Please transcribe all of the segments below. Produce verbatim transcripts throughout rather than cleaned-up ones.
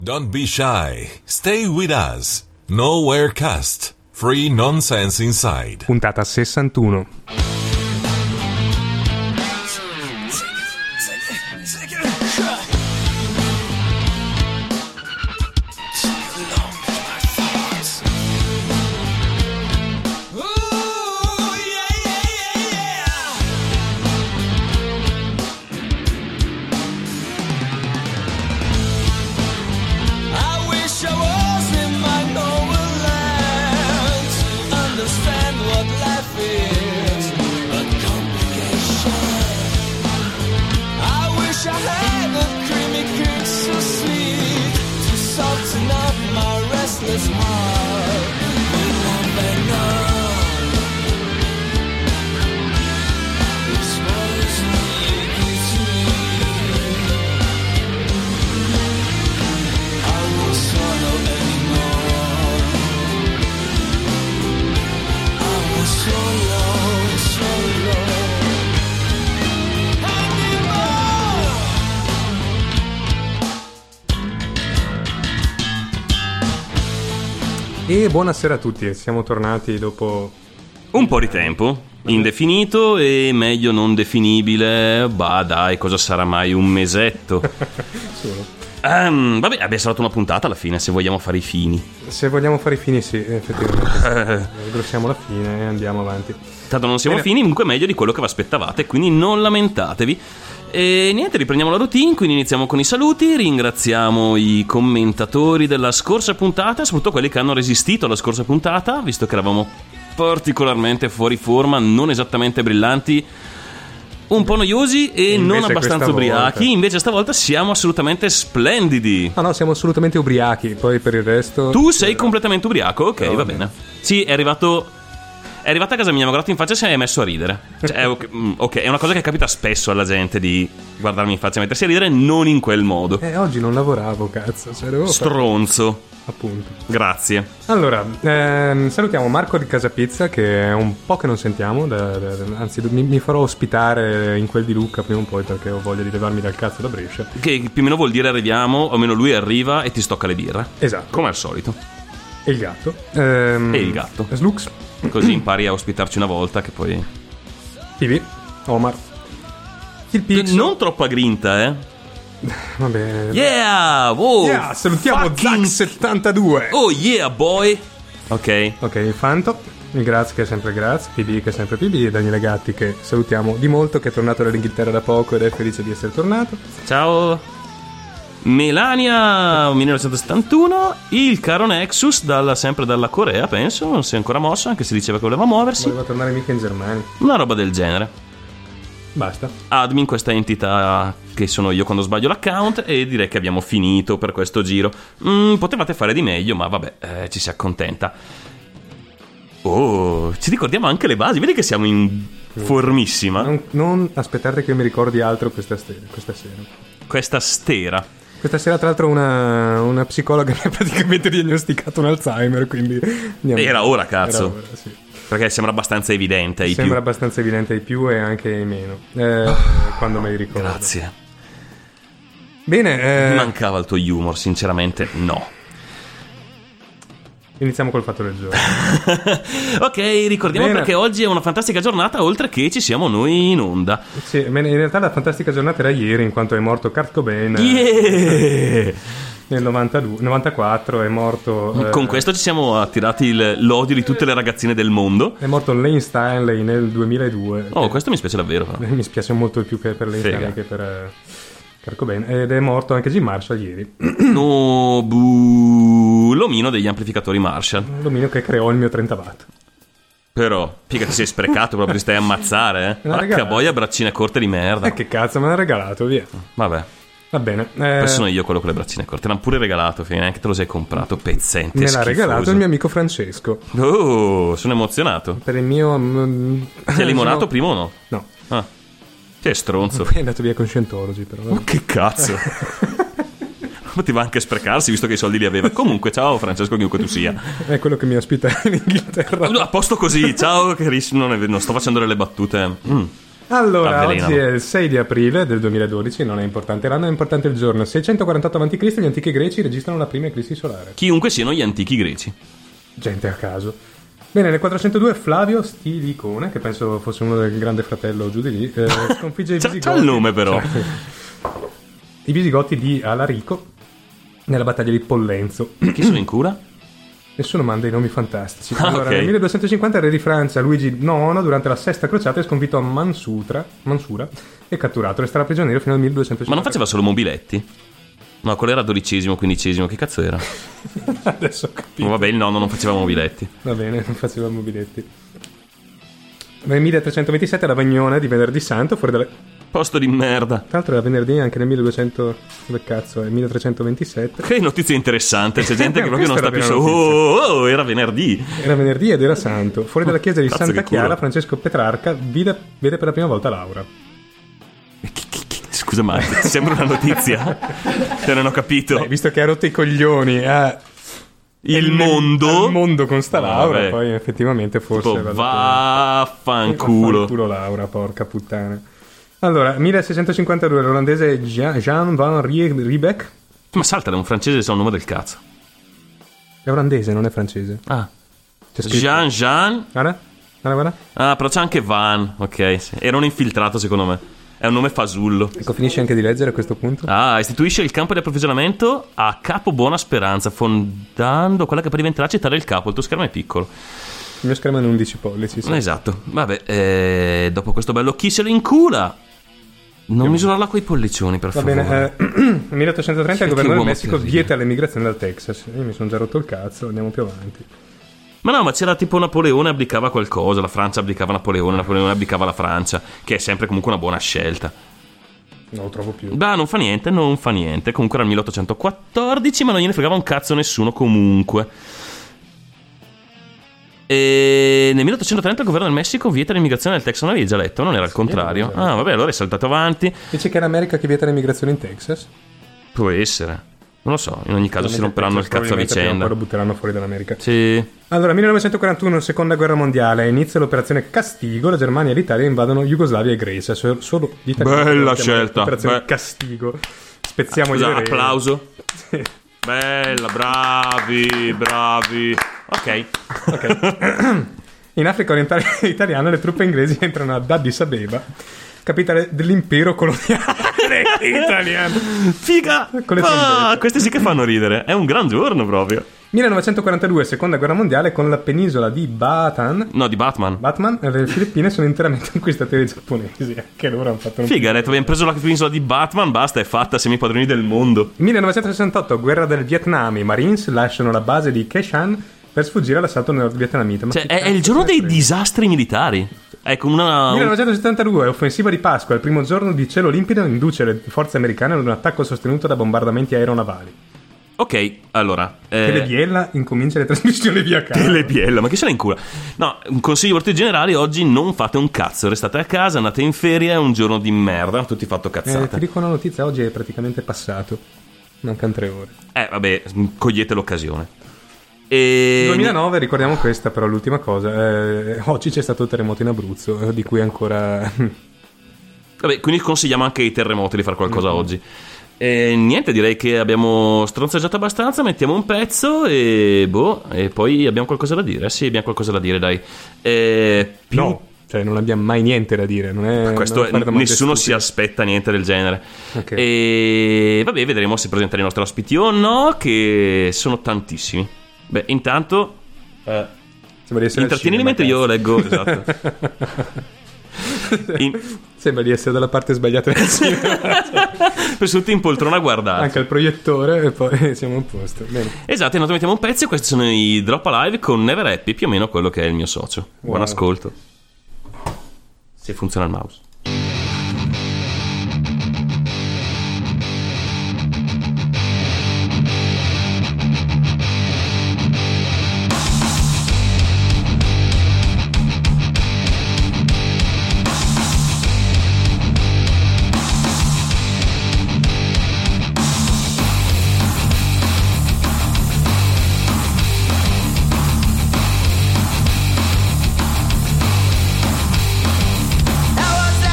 Don't be shy. Stay with us. Nowhere Cast. Free nonsense inside. Puntata sessantuno. E buonasera a tutti, siamo tornati dopo un po' di tempo, indefinito e meglio non definibile. Bah dai, cosa sarà mai, un mesetto? Solo. Um, vabbè, abbiamo saltato una puntata alla fine, se vogliamo fare i fini. Se vogliamo fare i fini, sì, effettivamente. Grossiamo la fine e andiamo avanti. Tanto non siamo Bene. fini, comunque meglio di quello che vi aspettavate, quindi non lamentatevi. E niente, riprendiamo la routine, quindi iniziamo con i saluti. Ringraziamo i commentatori della scorsa puntata, soprattutto quelli che hanno resistito alla scorsa puntata, visto che eravamo particolarmente fuori forma, non esattamente brillanti, un po' noiosi e Invece non abbastanza ubriachi. volta. Invece stavolta siamo assolutamente splendidi. No, no, siamo assolutamente ubriachi, poi per il resto... Tu sei completamente ubriaco? Ok, No, va no. bene. Sì, è arrivato... È arrivata a casa mia, mi ha guardato in faccia e si è messo a ridere. Cioè, è ok, mm, ok, è una cosa che capita spesso alla gente, di guardarmi in faccia e mettersi a ridere, non in quel modo. Eh, oggi non lavoravo, cazzo, cioè dovevo fare- Stronzo. appunto. Grazie. Allora, ehm, salutiamo Marco di Casa Pizza, che è un po' che non sentiamo, da- da- da- anzi mi, mi farò ospitare in quel di Lucca prima o poi, perché ho voglia di levarmi dal cazzo da Brescia. Che più o meno vuol dire arriviamo, o almeno lui arriva e ti stocca le birre. Esatto. Come al solito. E il gatto. Ehm, E il gatto. Slux, Così impari a ospitarci una volta che poi... Pivi, Omar, il Pixo. Non troppa grinta, eh. Vabbè. Yeah! Wow! Yeah, salutiamo fucking- Zack settantadue. Oh yeah, boy! Ok. Ok, il Fanto, il Graz che è sempre Graz, P B che è sempre P B, e Daniele Gatti che salutiamo di molto, che è tornato dall'Inghilterra da poco ed è felice di essere tornato. Ciao Melania millenovecentosettantuno, il caro Nexus dalla, sempre dalla Corea, penso, non si è ancora mosso, anche se diceva che voleva muoversi, Voleva tornare mica in Germania. una roba del genere. Basta. Admin questa entità che sono io quando sbaglio l'account, e direi che abbiamo finito per questo giro. Mm, potevate fare di meglio, ma vabbè, eh, ci si accontenta. Oh, ci ricordiamo anche le basi, vedi che siamo in formissima. Non, non aspettate che mi ricordi altro questa, ste- questa sera. Questa stera. Questa sera tra l'altro una, una psicologa mi ha praticamente diagnosticato un Alzheimer, quindi... andiamo. Era ora, cazzo. Era ora, sì. Perché sembra abbastanza evidente ai Sembra più. abbastanza evidente ai più e anche ai meno, eh, quando me li ricordo. Grazie. Bene, Mi eh, mancava il tuo humor, sinceramente no. iniziamo col fatto del giorno. Ok, ricordiamo Bene. perché oggi è una fantastica giornata, oltre che ci siamo noi in onda. Sì, bene, in realtà la fantastica giornata era ieri, in quanto è morto Kurt Cobain. Yeah! Nel novantadue, novantaquattro è morto... eh, Con questo ci siamo attirati il- l'odio di tutte le ragazzine del mondo. È morto Lane Stanley nel duemiladue. Oh, questo mi spiace davvero. però. Mi spiace molto di più che per Lane Frega. Stanley che per eh, Kurt Cobain. Ed è morto anche Jim Marshall ieri. No, bu, l'omino degli amplificatori Marshall. L'omino che creò il mio trenta watt. Però, figa, ti sei sprecato, proprio ti stai a ammazzare, eh. Ma Porca ragazzi. boia, braccine corte di merda. Eh, che cazzo, me l'ha regalato, via. Vabbè, Va bene. Eh, poi sono io quello con le braccine corte. L'hanno pure regalato, fine, neanche te lo sei comprato, pezzente, me l'ha schifoso. regalato il mio amico Francesco. Oh, sono emozionato. Per il mio... mm, Ti ha limonato sono- prima o no? No. Ah, che stronzo. Poi è andato via con Scientology, però. Ma che cazzo. Poteva anche sprecarsi, visto che i soldi li aveva. Comunque, ciao Francesco, chiunque tu sia. È quello che mi ospita in Inghilterra. A posto così, ciao, che ris- non, è- non sto facendo delle battute. Mm. Allora, Avvelenano. oggi è il sei di aprile del duemiladodici, non è importante l'anno, è importante il giorno. seicentoquarantotto avanti Cristo gli antichi greci registrano la prima eclissi solare. Chiunque siano gli antichi greci. Gente a caso. Bene, nel quattrocentodue Flavio Stilicone, che penso fosse uno del Grande Fratello giù di lì, eh, sconfigge i C'ha- Visigoti. c'ha il nome, però. Cioè, i Visigoti di Alarico nella battaglia di Pollenzo. Chi sono in cura? Nessuno manda i nomi fantastici. Ah, Allora, ok. nel milleduecentocinquanta il re di Francia Luigi nono durante la sesta crociata è sconfitto a Mansutra, Mansura e catturato. Resterà prigioniero fino al milleduecentocinquanta. Ma non faceva solo mobiletti? No, quello era dodicesimo, quindicesimo, che cazzo era? Adesso ho capito. Oh, vabbè, il nonno non faceva mobiletti. Va bene, non faceva mobiletti. Nel milletrecentoventisette l'Avagnone di Venerdì Santo, fuori dalle... Posto di merda. Tra l'altro era venerdì anche nel milleduecento... Dove cazzo è? milletrecentoventisette. Che notizia interessante, c'è gente che proprio non Questa sta era più vera su. notizia. Oh, oh, era venerdì. Era venerdì ed era santo. Fuori dalla chiesa di Cazzo, Santa che culo. Chiara, Francesco Petrarca vide, vede per la prima volta Laura. Chi- chi- chi- Scusa, ma ti sembra una notizia? Cioè, non ho capito. Beh, visto che ha rotto i coglioni a... Il mondo. Il mondo con sta No, Laura, vabbè. poi effettivamente forse... Tipo, vale vaffanculo. Vaffanculo Laura, porca puttana. Allora, milleseicentocinquantadue l'olandese Jean, Jean van Rie- Riebeck. Ma salta, da un francese sa un nome del cazzo. È olandese, non è francese. Ah. C'è scritto- Jean Jean. Guarda, guarda, guarda. Ah, però c'è anche Van. Ok, sì. Era un infiltrato, secondo me. È un nome fasullo. Ecco, finisci anche di leggere a questo punto. Ah, istituisce il campo di approvvigionamento a Capo Buona Speranza, fondando quella che poi diventerà Città del Capo. Il tuo schermo è piccolo. Il mio schermo è in undici pollici. Sì. Esatto. Vabbè, eh, dopo questo bello chi se lo incula. Non misurarla coi pollicioni, per Va favore. bene, eh, nel milleottocentotrenta il Che governo del uomo Messico terribile. vieta l'emigrazione dal Texas. Io mi sono già rotto il cazzo, andiamo più avanti. Ma no, ma c'era tipo Napoleone abdicava qualcosa, la Francia abdicava Napoleone, Napoleone abdicava la Francia, che è sempre comunque una buona scelta. Non lo trovo più. Beh, non fa niente, non fa niente. Comunque era il milleottocentoquattordici, ma non gliene fregava un cazzo nessuno comunque. E nel milleottocentotrenta il governo del Messico vieta l'immigrazione del Texas. Non avevi già letto, non era il contrario? avevo già letto. Ah, vabbè, allora è saltato avanti. Dice che è l'America che vieta l'emigrazione in Texas. Può essere. Non lo so, in ogni caso si romperanno il cazzo a Probabilmente prima o vicenda. poi lo butteranno fuori dall'America. Sì. Allora, millenovecentoquarantuno, seconda guerra mondiale, inizia l'operazione Castigo, la Germania e l'Italia invadono Jugoslavia e Grecia. So- Solo gli italiani Bella chiamano scelta. Operazione Beh. Castigo. Spezziamo Scusa, gli eredi. applauso. Bella, bravi, bravi. Ok. In Africa orientale italiana le truppe inglesi entrano ad Addis Abeba, capitale dell'impero coloniale italiano. Figa! Con le Ah, trombette. questi sì che fanno ridere. È un gran giorno proprio. millenovecentoquarantadue, seconda guerra mondiale, con la penisola di Bataan, No, di Batman. Batman e le Filippine sono interamente conquistate dai giapponesi. Che loro hanno fatto un... Figa, ha detto abbiamo preso la penisola di Batman, basta, è fatta, siamo i padroni del mondo. millenovecentosessantotto, guerra del Vietnam, i Marines lasciano la base di Keshan per sfuggire all'assalto nord-vietnamita. Ma Cioè, che è, è il cazzo giorno dei se ne frega? disastri militari. Ecco, una... un- millenovecentosettantadue, offensiva di Pasqua, il primo giorno di cielo limpido induce le forze americane ad un attacco sostenuto da bombardamenti aeronavali. Ok, allora... eh, Telebiella incomincia le trasmissioni via casa. Telebiella, ma che se ne incula? No, un consiglio per tutti i generali, oggi non fate un cazzo, restate a casa, andate in ferie, è un giorno di merda, tutti fatto Eh, cazzate. ti dico una notizia, oggi è praticamente passato. Mancano tre ore. Eh, vabbè, cogliete l'occasione. E... duemilanove, ricordiamo questa però, l'ultima cosa. Eh, oggi c'è stato il terremoto in Abruzzo, eh, di cui ancora... Vabbè, quindi consigliamo anche ai terremoti di fare qualcosa Mm-hmm. oggi. E niente, direi che abbiamo stronzaggiato abbastanza, mettiamo un pezzo e boh, e poi abbiamo qualcosa da dire. Sì, abbiamo qualcosa da dire, dai. E più... No, cioè non abbiamo mai niente da dire. Non è, Questo non è- fare domande nessuno si stupide. aspetta niente del genere. Ok. E vabbè, vedremo se presentare i nostri ospiti o no, che sono tantissimi. Beh, intanto eh, Sembra di essere al intrattienili mentre cinema, io leggo, esatto. In- cazzo. Sembra di essere dalla parte sbagliata del cinema. per tutti in poltrona a guardare. Anche al proiettore e poi siamo a posto. Bene. Esatto, e noi mettiamo un pezzo e questi sono i Drop Alive con Never Happy, più o meno quello che è il mio socio. Buon Wow. ascolto. Se funziona il mouse. I was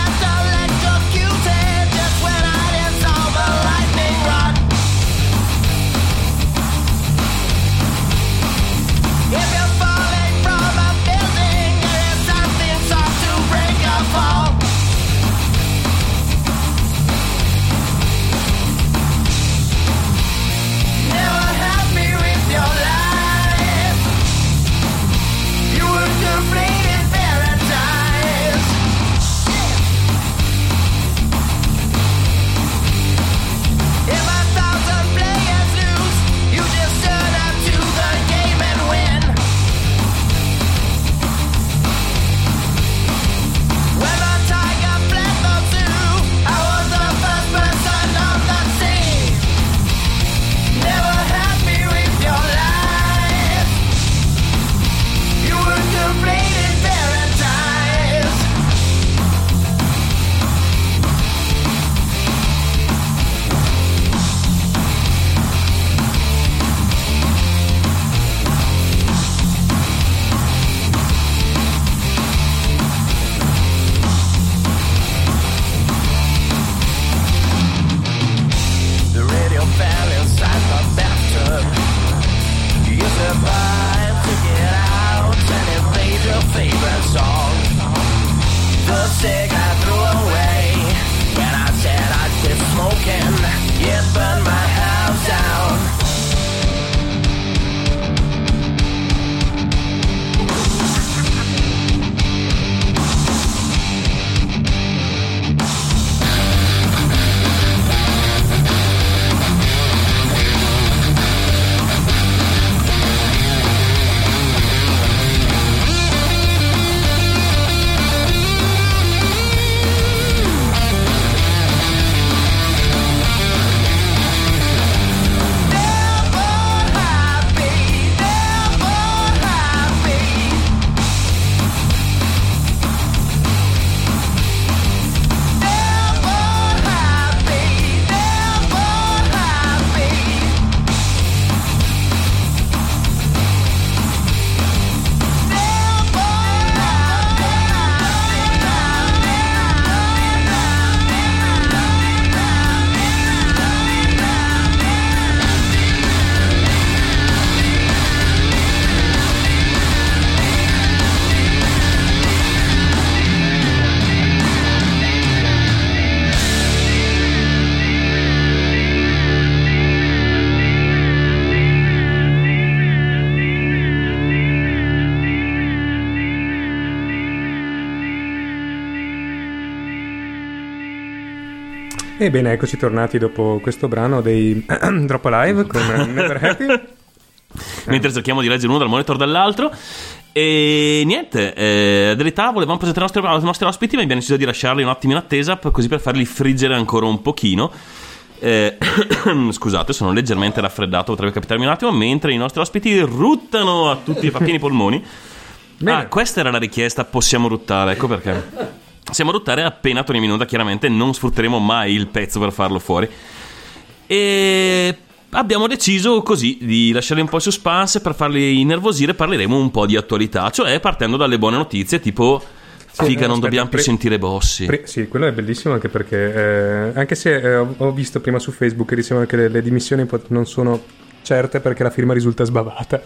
Ebbene, eccoci tornati dopo questo brano dei Drop Alive con Never Happy. Mentre cerchiamo di leggere uno dal monitor dall'altro. E niente, eh, dell'età volevamo presentare i nostri, i nostri ospiti, ma abbiamo deciso di lasciarli un attimo in attesa, per, così per farli friggere ancora un pochino. Eh, scusate, sono leggermente raffreddato, potrebbe capitarmi un attimo, mentre i nostri ospiti ruttano a tutti a pieni polmoni. Ah, questa era la richiesta, possiamo ruttare, ecco perché. Possiamo ruttare appena Tony Minuta, chiaramente non sfrutteremo mai il pezzo per farlo fuori. E abbiamo deciso così di lasciarli un po' in suspense, per farli innervosire parleremo un po' di attualità, cioè partendo dalle buone notizie, tipo sì, figa, non aspetta, dobbiamo pre- più sentire Bossi. Pre- sì, quello è bellissimo, anche perché eh, anche se eh, ho visto prima su Facebook che dicevano che le, le dimissioni non sono certe perché la firma risulta sbavata.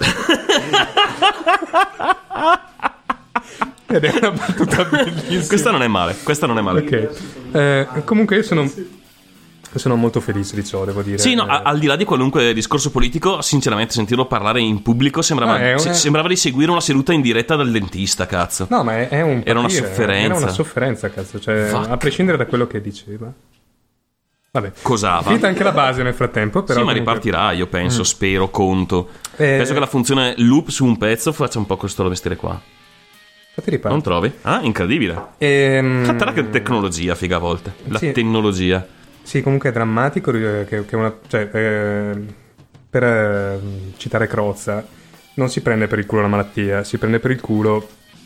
Ed è una battuta bellissima. Questa non è male, questa non è male. Ok. Eh, comunque io sono sono molto felice di ciò, devo dire. Sì, no, eh. al di là di qualunque discorso politico, sinceramente sentirlo parlare in pubblico sembrava, no, una... se, sembrava di seguire una seduta in diretta dal dentista, cazzo. No, ma è, è un Era patire, una sofferenza. Era una sofferenza, cazzo, cioè, Fuck. a prescindere da quello che diceva. Vabbè. Cosava. Finita anche la base nel frattempo, però. Sì, ma comunque... ripartirà, io penso, mm. spero, conto. Eh... Penso che la funzione loop su un pezzo faccia un po' questo mestiere qua. Non trovi? Ah, incredibile. Ehm... Cattara che tecnologia, figa a volte. La sì. tecnologia. Sì, comunque è drammatico che, che una... Cioè, eh, per eh, citare Crozza, non si prende per il culo la malattia, si prende per il culo...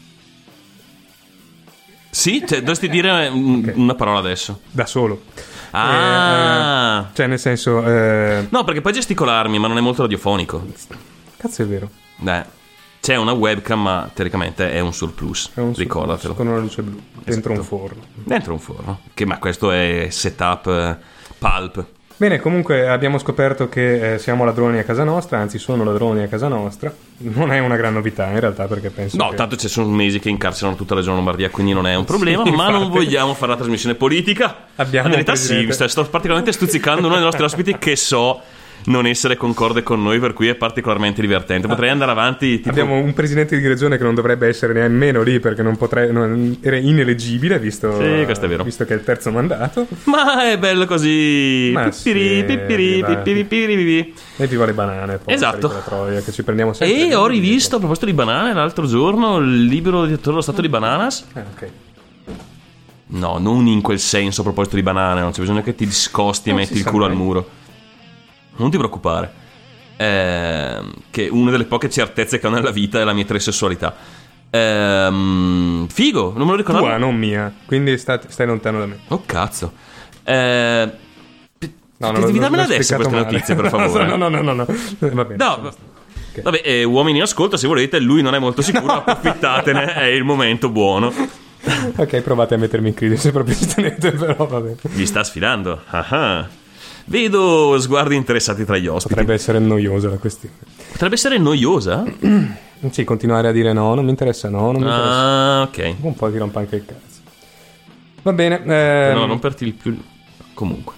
Sì, cioè, dovresti dire un, okay. una parola adesso. Da solo. Ah! Eh, cioè, nel senso... Eh... No, perché puoi gesticolarmi, ma non è molto radiofonico. Cazzo, è vero. Beh... C'è una webcam, ma teoricamente è un surplus, è un ricordatelo. Surplus, con una luce blu, dentro esatto. un forno. Dentro un forno, che ma questo è setup eh, pulp. Bene, comunque abbiamo scoperto che eh, siamo ladroni a casa nostra, anzi sono ladroni a casa nostra. Non è una gran novità in realtà, perché penso No, che... tanto ci sono mesi che incarcerano tutta la regione Lombardia, quindi non è un problema, sì, ma non vogliamo fare la trasmissione politica. Abbiamo in verità sì, sto particolarmente stuzzicando uno dei nostri ospiti che so... non essere concorde con noi, per cui è particolarmente divertente. Potrei andare avanti tipo... Abbiamo un presidente di regione che non dovrebbe essere nemmeno lì, perché non potrei non, era ineleggibile visto, sì, questo è vero. Visto che è il terzo mandato. Ma è bello così. Ma pippiri, sì, pippiri, pippiri, pippiri. E viva le banane, poi, esatto. La troia, che ci prendiamo sempre. E ho rivisto a proposito di banane l'altro giorno il libro direttore dello Stato di Bananas. Ah, ok. No, non in quel senso a proposito di banane, non c'è bisogno che ti discosti non e metti il culo mai. al muro. Non ti preoccupare, eh, che una delle poche certezze che ho nella vita è la mia trisessualità. Eh, figo, non me lo ricordavo. Tua, non mia, quindi stai, stai lontano da me. Oh cazzo. Eh, no, no, devi darmela adesso queste male. notizie, per favore. No, no, no, no, no. Va bene. No, okay. Vabbè, eh, uomini in ascolto, se volete, lui non è molto sicuro, approfittatene, è il momento buono. Ok, provate a mettermi in crisi se proprio ci tenete, però va bene. Vi sta sfidando. Ah. Vedo sguardi interessati tra gli ospiti. Potrebbe essere noiosa la questione. Potrebbe essere noiosa? Sì, continuare a dire no, non mi interessa, no, non mi interessa. Ah, ok. Un po' ti rompa anche il cazzo. Va bene. Ehm... No, non per il più... Comunque.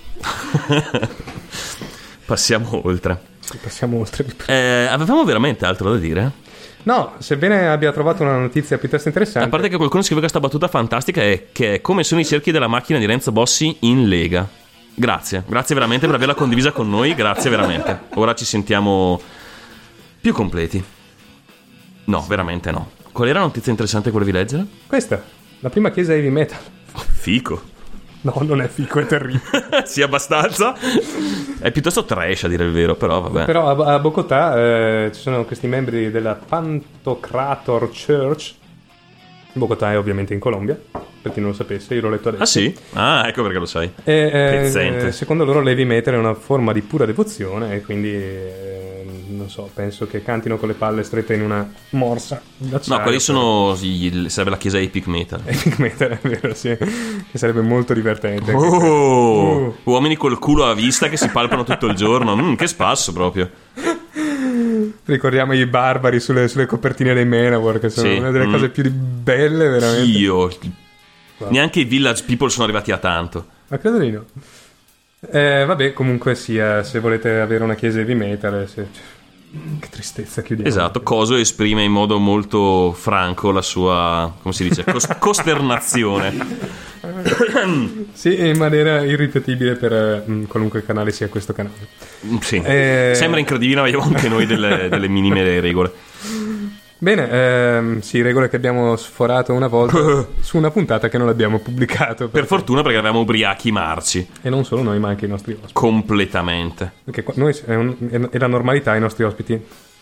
Passiamo oltre. Sì, passiamo oltre. Eh, avevamo veramente altro da dire? No, sebbene abbia trovato una notizia piuttosto interessante. A parte che qualcuno scrive questa battuta fantastica, è che è come sono i cerchi della macchina di Renzo Bossi in Lega. Grazie, grazie veramente per averla condivisa con noi, grazie veramente. Ora ci sentiamo più completi. No, veramente no. Qual era la notizia interessante che volevi leggere? Questa, la prima chiesa heavy metal. Fico. No, non è fico, è terribile. Sì, abbastanza. È piuttosto trash, a dire il vero, però vabbè. Però a, a Bogotà eh, ci sono questi membri della Pantocrator Church. Bogotà è ovviamente in Colombia, per chi non lo sapesse, io l'ho letto adesso. Ah sì? Ah, ecco perché lo sai. E, eh, Pezzente. Secondo loro l'heavy metal è una forma di pura devozione e quindi eh, non so, penso che cantino con le palle strette in una morsa. No, quelli sono il, serve la chiesa epic metal. Epic metal, è vero, sì. Che sarebbe molto divertente. Oh, uh. Uomini col culo a vista che si palpano tutto il giorno. Mm, che spasso proprio. Ricordiamo i barbari sulle, sulle copertine dei Manowar, che sono sì. una delle mm. cose più belle veramente. Io wow. Neanche i Village People sono arrivati a tanto. Ma credo di no. eh, Vabbè, comunque sia, se volete avere una chiesa heavy metal, se... che tristezza, chiudiamo. Esatto, Coso esprime in modo molto franco la sua, come si dice, cos- costernazione. Sì, in maniera irripetibile per mh, qualunque canale sia questo canale. Sì. Eh... Sembra incredibile, ma abbiamo anche noi delle, delle minime regole. Bene, ehm, sì, regole che abbiamo sforato una volta su una puntata che non abbiamo pubblicato. Per fortuna, perché eravamo ubriachi marci. E non solo noi, ma anche i nostri ospiti. Completamente. Perché qua- noi è, un, è la normalità, i nostri ospiti.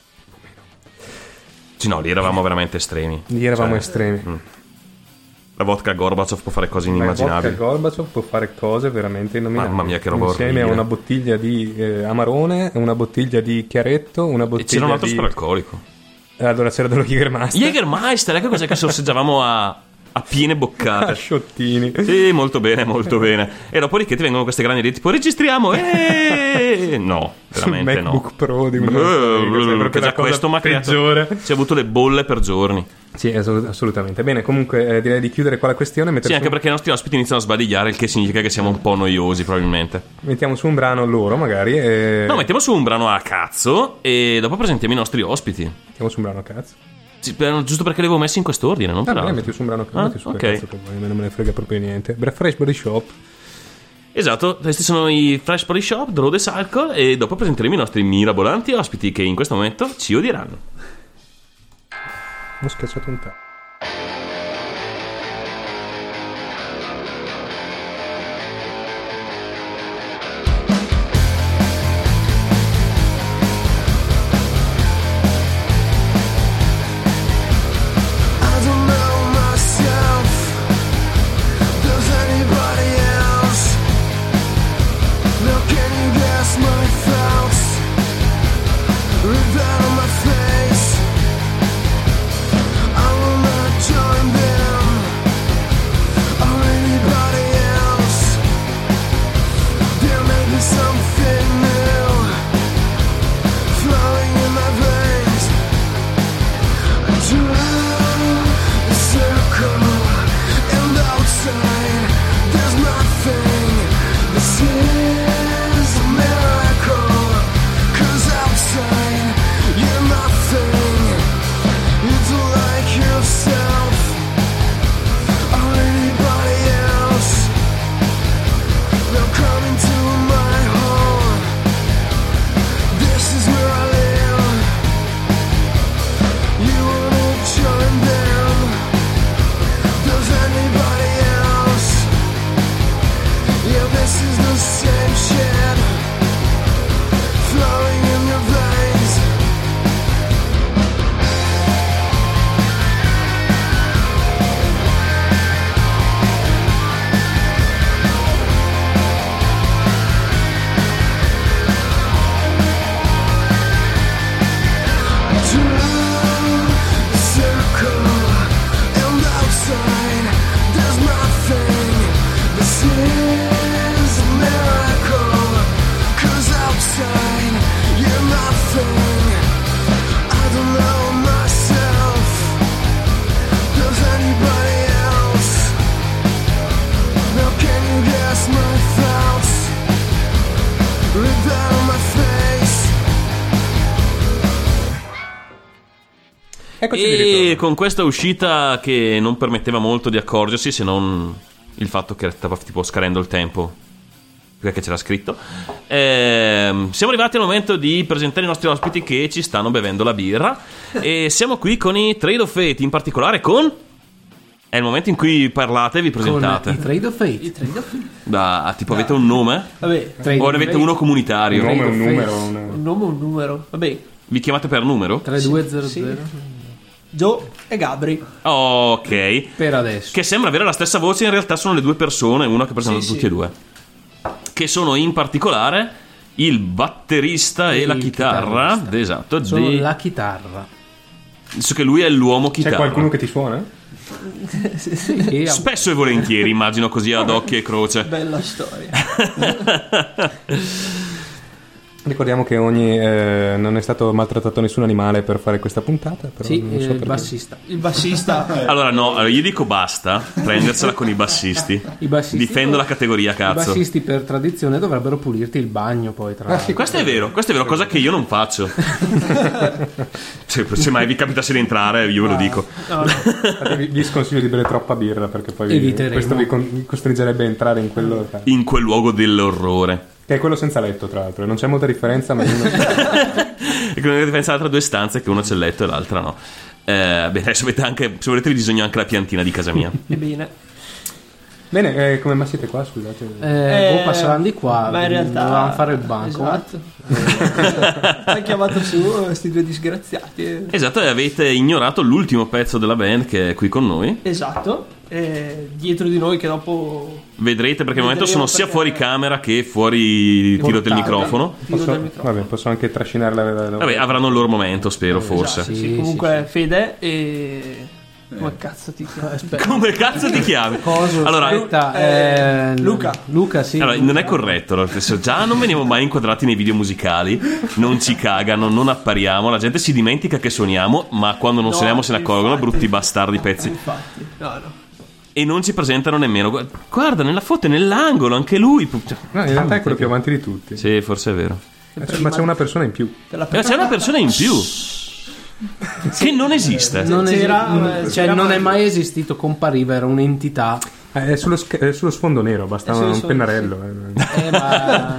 Sì, no, lì eravamo veramente estremi. Lì eravamo Cioè, estremi. mh. La vodka Gorbaciov può fare cose Ma il inimmaginabili. vodka Gorbaciov può fare cose veramente innominabili. Mamma mia, che roba Insieme orribile. a una bottiglia di eh, Amarone, una bottiglia di Chiaretto, una E bottiglia c'era un altro di... superalcolico. Allora c'era dello Jägermeister. Jägermeister, ecco cos'è che sorseggiavamo a, a piene A boccate. sciottini. Sì, molto bene, molto bene. E dopodiché ti vengono queste grandi idee tipo registriamo. E no, Sul veramente no. MacBook Pro di un Eh, che già questo mi ha creato. peggiore. Ci ha avuto le bolle per giorni. Sì, assolut- assolutamente. Bene, comunque eh, direi di chiudere qua la questione. Sì, Mettere anche su- perché i nostri ospiti iniziano a sbadigliare, il che significa che siamo un po' noiosi, probabilmente. Mettiamo su un brano loro, magari. E... No, mettiamo su un brano a cazzo e dopo presentiamo i nostri ospiti. Mettiamo su un brano a cazzo. Sì, per- giusto perché li avevo messi in quest'ordine, non Ah, per bene, altro. metti su un brano a cazzo. Ah, metti su ok. che cazzo che vuoi, non me ne frega proprio niente. Beh, Fresh Body Shop. Esatto, questi sono i Fresh Body Shop, The Road the Cycle, e dopo presenteremo i nostri mirabolanti ospiti che in questo momento ci odieranno. Ho schiacciato un tab. I don't know myself. Does anybody else? Now can you guess my thoughts? Ripped out of my face. I will not join them or anybody else. There may be something new flowing in my veins. Draw a circle, and outside there's nothing. This is a miracle, 'cause outside you're nothing. You don't like yourself or anybody else. Now come into my home. This is where I live. You wanna join them? Does anybody else? Yeah, this is the same shit flowing in your veins. Draw a circle, and outside there's nothing. This is a miracle, 'cause outside you're nothing. I don't know myself. Does anybody else? Now can you guess my thoughts? Ripped out of my face. Eccoci di E ritorno. con questa uscita che non permetteva molto di accorgersi, se non il fatto che stava tipo scadendo il tempo, perché c'era scritto, ehm, siamo arrivati al momento di presentare i nostri ospiti che ci stanno bevendo la birra. E siamo qui con i Trade of Fate, in particolare con... È il momento in cui parlate e vi Con presentate. i Trade of Fate. I trade of Fate. Da, tipo avete un nome? Vabbè, Trade O of ne avete Fate. uno comunitario? Un nome, Trade un of numero. Fate. un- un nome, un numero. Vabbè, Vi chiamate per numero? tre due zero Sì. zero Joe e Gabri. Ok. per adesso. Che sembra avere la stessa voce, in realtà sono le due persone, una che presenta Sì, tutti sì. e due. Che sono in particolare il batterista e, E la il chitarra. chitarrista. Esatto. Sono di- la chitarra. So che lui è l'uomo C'è chitarra. qualcuno che ti suona? E Spesso e volentieri, immagino così ad occhio e croce. Bella storia. Ricordiamo che ogni eh, non è stato maltrattato nessun animale per fare questa puntata. Però Sì, non so il perché. bassista. Il bassista. Allora no, allora io dico basta prendersela con i bassisti. I bassisti Difendo la categoria, I cazzo. bassisti per tradizione dovrebbero pulirti il bagno poi tra l'altro. Questo è vero, questo è vero, cosa che io non faccio. se, se mai vi capitasse di entrare, io ve lo dico. No, no. Infatti vi, vi sconsiglio di bere troppa birra perché poi vi, Eviteremo. questo vi, con- vi costringerebbe a entrare in quello In quel luogo dell'orrore. che è quello senza letto, tra l'altro. Non c'è molta differenza, ma io non... E con la differenza tra due stanze che una c'è il letto e l'altra no. Eh, beh, adesso avete anche, se volete vi disegno anche la piantina di casa mia. Ebbene. Bene, eh, come mai siete qua, scusate? Eh, Eh, boh, passavamo di qua, ma in realtà dovevamo fare il banco. Esatto. Hai chiamato su questi due disgraziati. Esatto, e avete ignorato l'ultimo pezzo della band che è qui con noi. Esatto. E dietro di noi che dopo Vedrete perché al momento Vedremo sono sia perché- fuori camera che fuori tiro del Portata. microfono. tiro Posso, del microfono. vabbè, posso anche trascinare la... la- la- Vabbè, avranno il loro momento, spero, forse. Sì, Sì, comunque sì, Fede e come cazzo ti chiami? Come cazzo ti chiami? Coso, Allora, aspetta, eh, eh, Luca. Luca, sì. allora, non è corretto, nel senso, già non veniamo mai inquadrati nei video musicali, non ci cagano, non appariamo, la gente si dimentica che suoniamo, ma quando non No, suoniamo se ne accorgono, infatti. brutti bastardi pezzi. Infatti, no, no. E non ci presentano nemmeno. Gu- Guarda, nella foto è nell'angolo, anche lui. Cioè, No, in realtà è quello più avanti di tutti. sì, forse è vero. Eh, c'è- ma c'è una persona in più. Te la Ma c'è una persona in più che non esiste. non, esi- C'era- mm, eh, cioè, c'era non è mai- mai esistito, compariva, era un'entità. Eh, è, sullo sch- è sullo sfondo nero, basta È sullo un sfondo- pennarello. eh. Eh, ma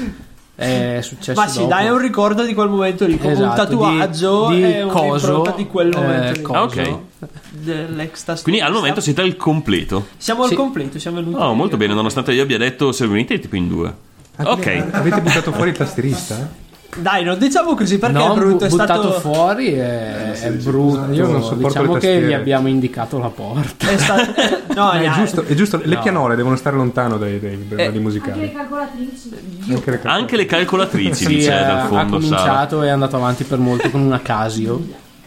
è successo Ma sì, dopo. dai, è un ricordo di quel momento lì, come un Esatto, tatuaggio di, di e coso, un'impronta di quel momento eh, lì. coso. Ah, ok. Dell'ex tastiera. Quindi al momento siete al completo. siamo al Sì. completo, siamo venuti. Oh, molto bene, nonostante io abbia detto se venite tipo in due. Ok. Avete buttato fuori il tastierista? eh? Dai, non diciamo così perché No, è brutto, è buttato stato fuori è, è brutto. Io non sopporto diciamo le che tastiere. gli abbiamo indicato la porta. è stato no, è, neanche- giusto, è giusto, le No. pianole devono stare lontano dai, dai brani Eh, musicali. Anche le calcolatrici. Anche le- Anche le calcolatrici, Sì, dice eh, dal ha fondo, Sara. cominciato e è andato avanti per molto con una Casio.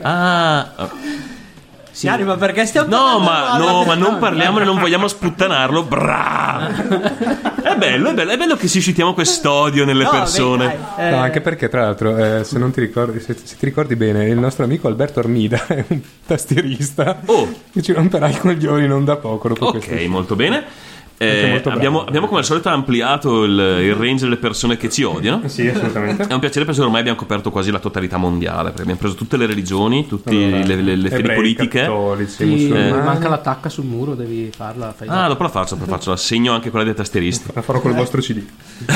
Ah, Sì, Ari, ma perché stiamo no, parlando- ma, no, ma non parliamone, non vogliamo sputtanarlo. Bra! È bello, è bello, è bello che suscitiamo quest'odio nelle No, persone. beh, dai, eh, No, anche perché, tra l'altro, eh, se non ti ricordi, se, se ti ricordi bene, il nostro amico Alberto Armida è un tastierista Oh. che ci romperà i coglioni non da poco dopo Ok, questo. molto bene. Anche Eh, molto bravo. abbiamo, abbiamo come al solito ampliato il, il range delle persone che ci odiano. Sì, assolutamente. È un piacere perché ormai abbiamo coperto quasi la totalità mondiale, perché abbiamo preso tutte le religioni, tutte Allora, le, le- le fedi ebrei, politiche. cattolici, Sì, musulmani. manca la tacca sul muro, devi farla. Fai Ah, dopo la faccio, poi faccio, la segno anche quella dei tasteristi. La farò col vostro C D.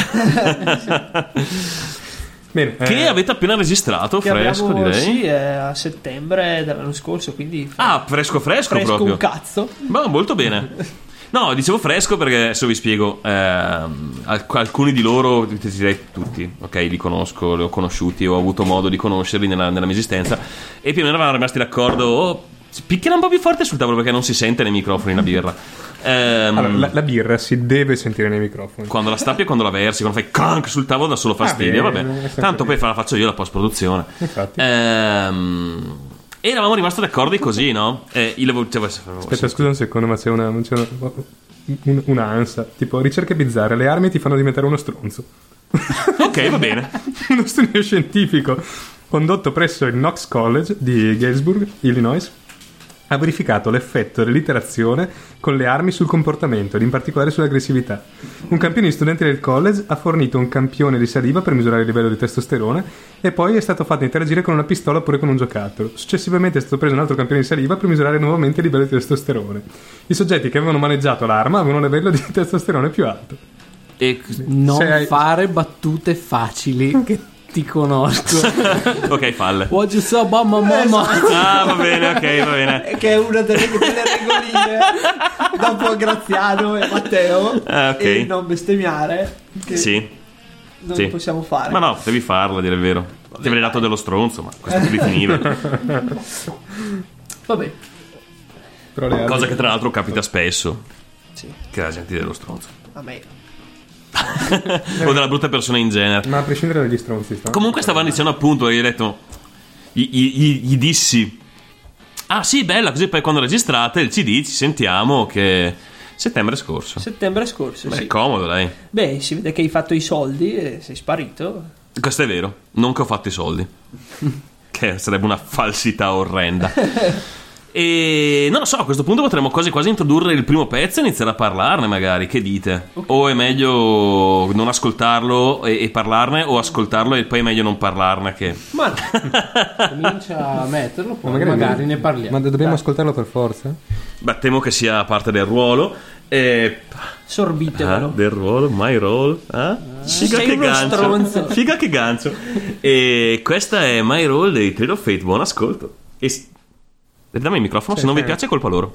Bene, Che eh, avete appena registrato, che fresco abbiamo, direi. sì, è a settembre dell'anno scorso, quindi Ah, fresco fresco, fresco proprio. un cazzo. Ma molto bene. No, dicevo fresco perché adesso vi spiego. ehm, alc- alcuni di loro, ti direi tutti, ok, li conosco, li ho conosciuti, ho avuto modo di conoscerli nella, nella mia esistenza. E più o meno eravamo rimasti d'accordo. Oh, picchiano un po' più forte sul tavolo perché non si sente nei microfoni la birra. Ehm, allora, la, la birra si deve sentire nei microfoni. Quando la stappi e quando la versi, quando fai crank sul tavolo dà solo fastidio. Ah, beh, è vabbè, sempre tanto lì. poi fa- la faccio io la post produzione. Infatti. Ehm, e eravamo rimasti d'accordo così, no? E io avevo- cioè, Aspetta, scusa un secondo, ma c'è una, c'è una, un- un'ansia. Tipo, ricerche bizzarre, le armi ti fanno diventare uno stronzo. ok, va bene. Uno studio scientifico condotto presso il Knox College di Galesburg, Illinois, ha verificato l'effetto dell'iterazione con le armi sul comportamento ed in particolare sull'aggressività. Un campione di studenti del college ha fornito un campione di saliva per misurare il livello di testosterone e poi è stato fatto interagire con una pistola oppure con un giocattolo. Successivamente è stato preso un altro campione di saliva per misurare nuovamente il livello di testosterone. I soggetti che avevano maneggiato l'arma avevano un livello di testosterone più alto. E, Non Se hai- fare battute facili che ti conosco. ok, falle. What you saw, mamma mamma. Ah, va bene, ok, va bene. Che è una delle, delle regoline dopo Graziano e Matteo. Ah, ok. E non bestemmiare. Che Sì. non sì. possiamo fare. Ma no, devi farla, a dire il vero. Ti avrei dato dello stronzo, ma questo qui finiva. Vabbè. Però le armi- Cosa che tra l'altro capita spesso. Sì. Che la gente dello stronzo. A me. O della brutta persona in genere. Ma a prescindere dagli stronzi, sta. Comunque stavano dicendo appunto, gli hai detto, gli, gli- gli dissi, ah sì, bella, così poi quando registrate il C D ci sentiamo che settembre scorso. Settembre scorso, Beh, sì. è comodo, dai. Beh, si vede che hai fatto i soldi e sei sparito. Questo è vero, non che ho fatto i soldi, che sarebbe una falsità orrenda. E non lo so, a questo punto potremmo quasi quasi introdurre il primo pezzo e iniziare a parlarne, magari. Che dite? Okay. O è meglio non ascoltarlo e, e parlarne, o ascoltarlo e poi è meglio non parlarne, che... Ma comincia a metterlo, poi magari, magari ne parliamo. Ma dobbiamo Dai. ascoltarlo per forza? Beh, temo che sia parte del ruolo. E... Sorbitevelo. Ah, del ruolo, my role. Ah? Figa Sei che uno gancio. stronzo. Figa che gancio. E questa è My Role dei Trail of Fate. Buon ascolto. E dammi il microfono, Sì, se non sì. vi piace è colpa loro.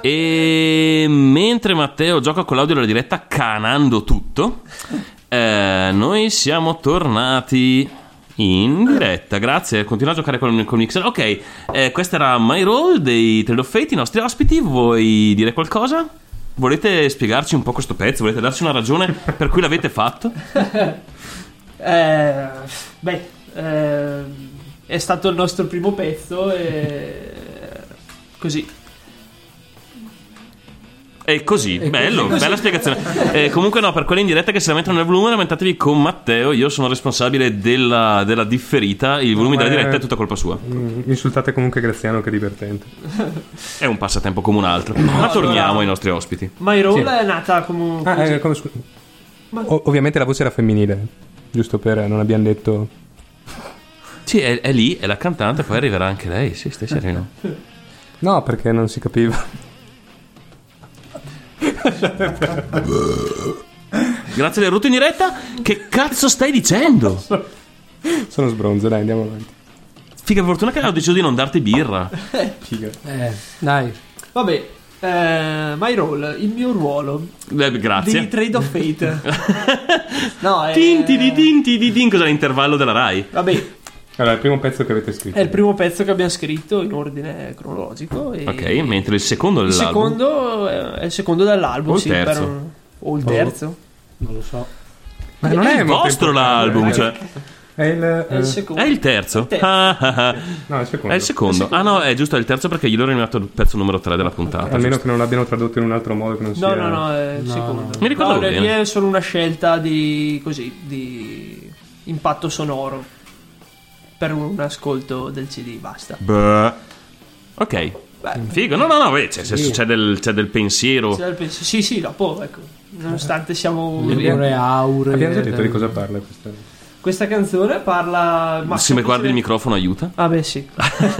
E mentre Matteo gioca con l'audio della diretta canando tutto, eh, noi siamo tornati in diretta. Grazie, continua a giocare con, con Mixer. Ok, eh, questa era My Roll dei Trade of Fate, i nostri ospiti. Vuoi dire qualcosa? Volete spiegarci un po' questo pezzo? Volete darci una ragione per cui l'avete fatto? Eh, beh, eh, è stato il nostro primo pezzo e così. E così, bello, bella spiegazione. Eh, comunque no, per quelli in diretta che si lamentano nel volume, lamentatevi con Matteo. Io sono responsabile della, della differita. Il volume No, della ma è- diretta è tutta colpa sua. Mm, Insultate comunque Graziano, che è divertente. È un passatempo come un altro. Ma torniamo allora- ai nostri ospiti. My Roll Sì. è nata come un... Ah, così. eh, come scu- O- ovviamente la voce era femminile, giusto per non abbiamo detto. Sì, è, è lì, è la cantante, poi arriverà anche lei. Sì, stai sereno. No, perché non si capiva. Grazie del rotto in diretta. Che cazzo stai dicendo? Sono sbronzo, dai, andiamo avanti. Figa fortuna che hanno deciso di non darti birra. Figa. Eh, dai. Vabbè, eh, My Roll, il mio ruolo Eh, grazie. di Trade of Fate. No, è... Tinti di tinti di tin. Cos'è l'intervallo della Rai? Vabbè, Allora, il primo pezzo che avete scritto. è il primo pezzo che abbiamo scritto in ordine cronologico. E Ok, mentre il secondo il dell'album. secondo è il secondo dell'album, O il sì, terzo? per un- o il terzo. Non lo so. Ma non È è il molto vostro importante. l'album, cioè. È il, È eh, il secondo. È il terzo? Il terzo. Ah, ah, ah. no, è il secondo. È il secondo. Ah no, è giusto, è il terzo perché io l'ho eliminato il pezzo numero tre della puntata. Almeno giusto. che non l'abbiano tradotto in un altro modo che non No, sia. no, no, è il No, secondo. no. Mi ricordavo No, bene. è solo una scelta di così, di impatto sonoro per un ascolto del C D, basta. Beh. Ok. Beh, Figo. No, no, no, beh, c'è, c'è del, c'è del pensiero. c'è il penso- sì, sì, dopo, ecco, nonostante siamo Le ore auree. Abbiamo già detto di cosa parla questa. questa canzone parla ma Se mi guardi il semplicemente- microfono aiuta. Ah beh sì.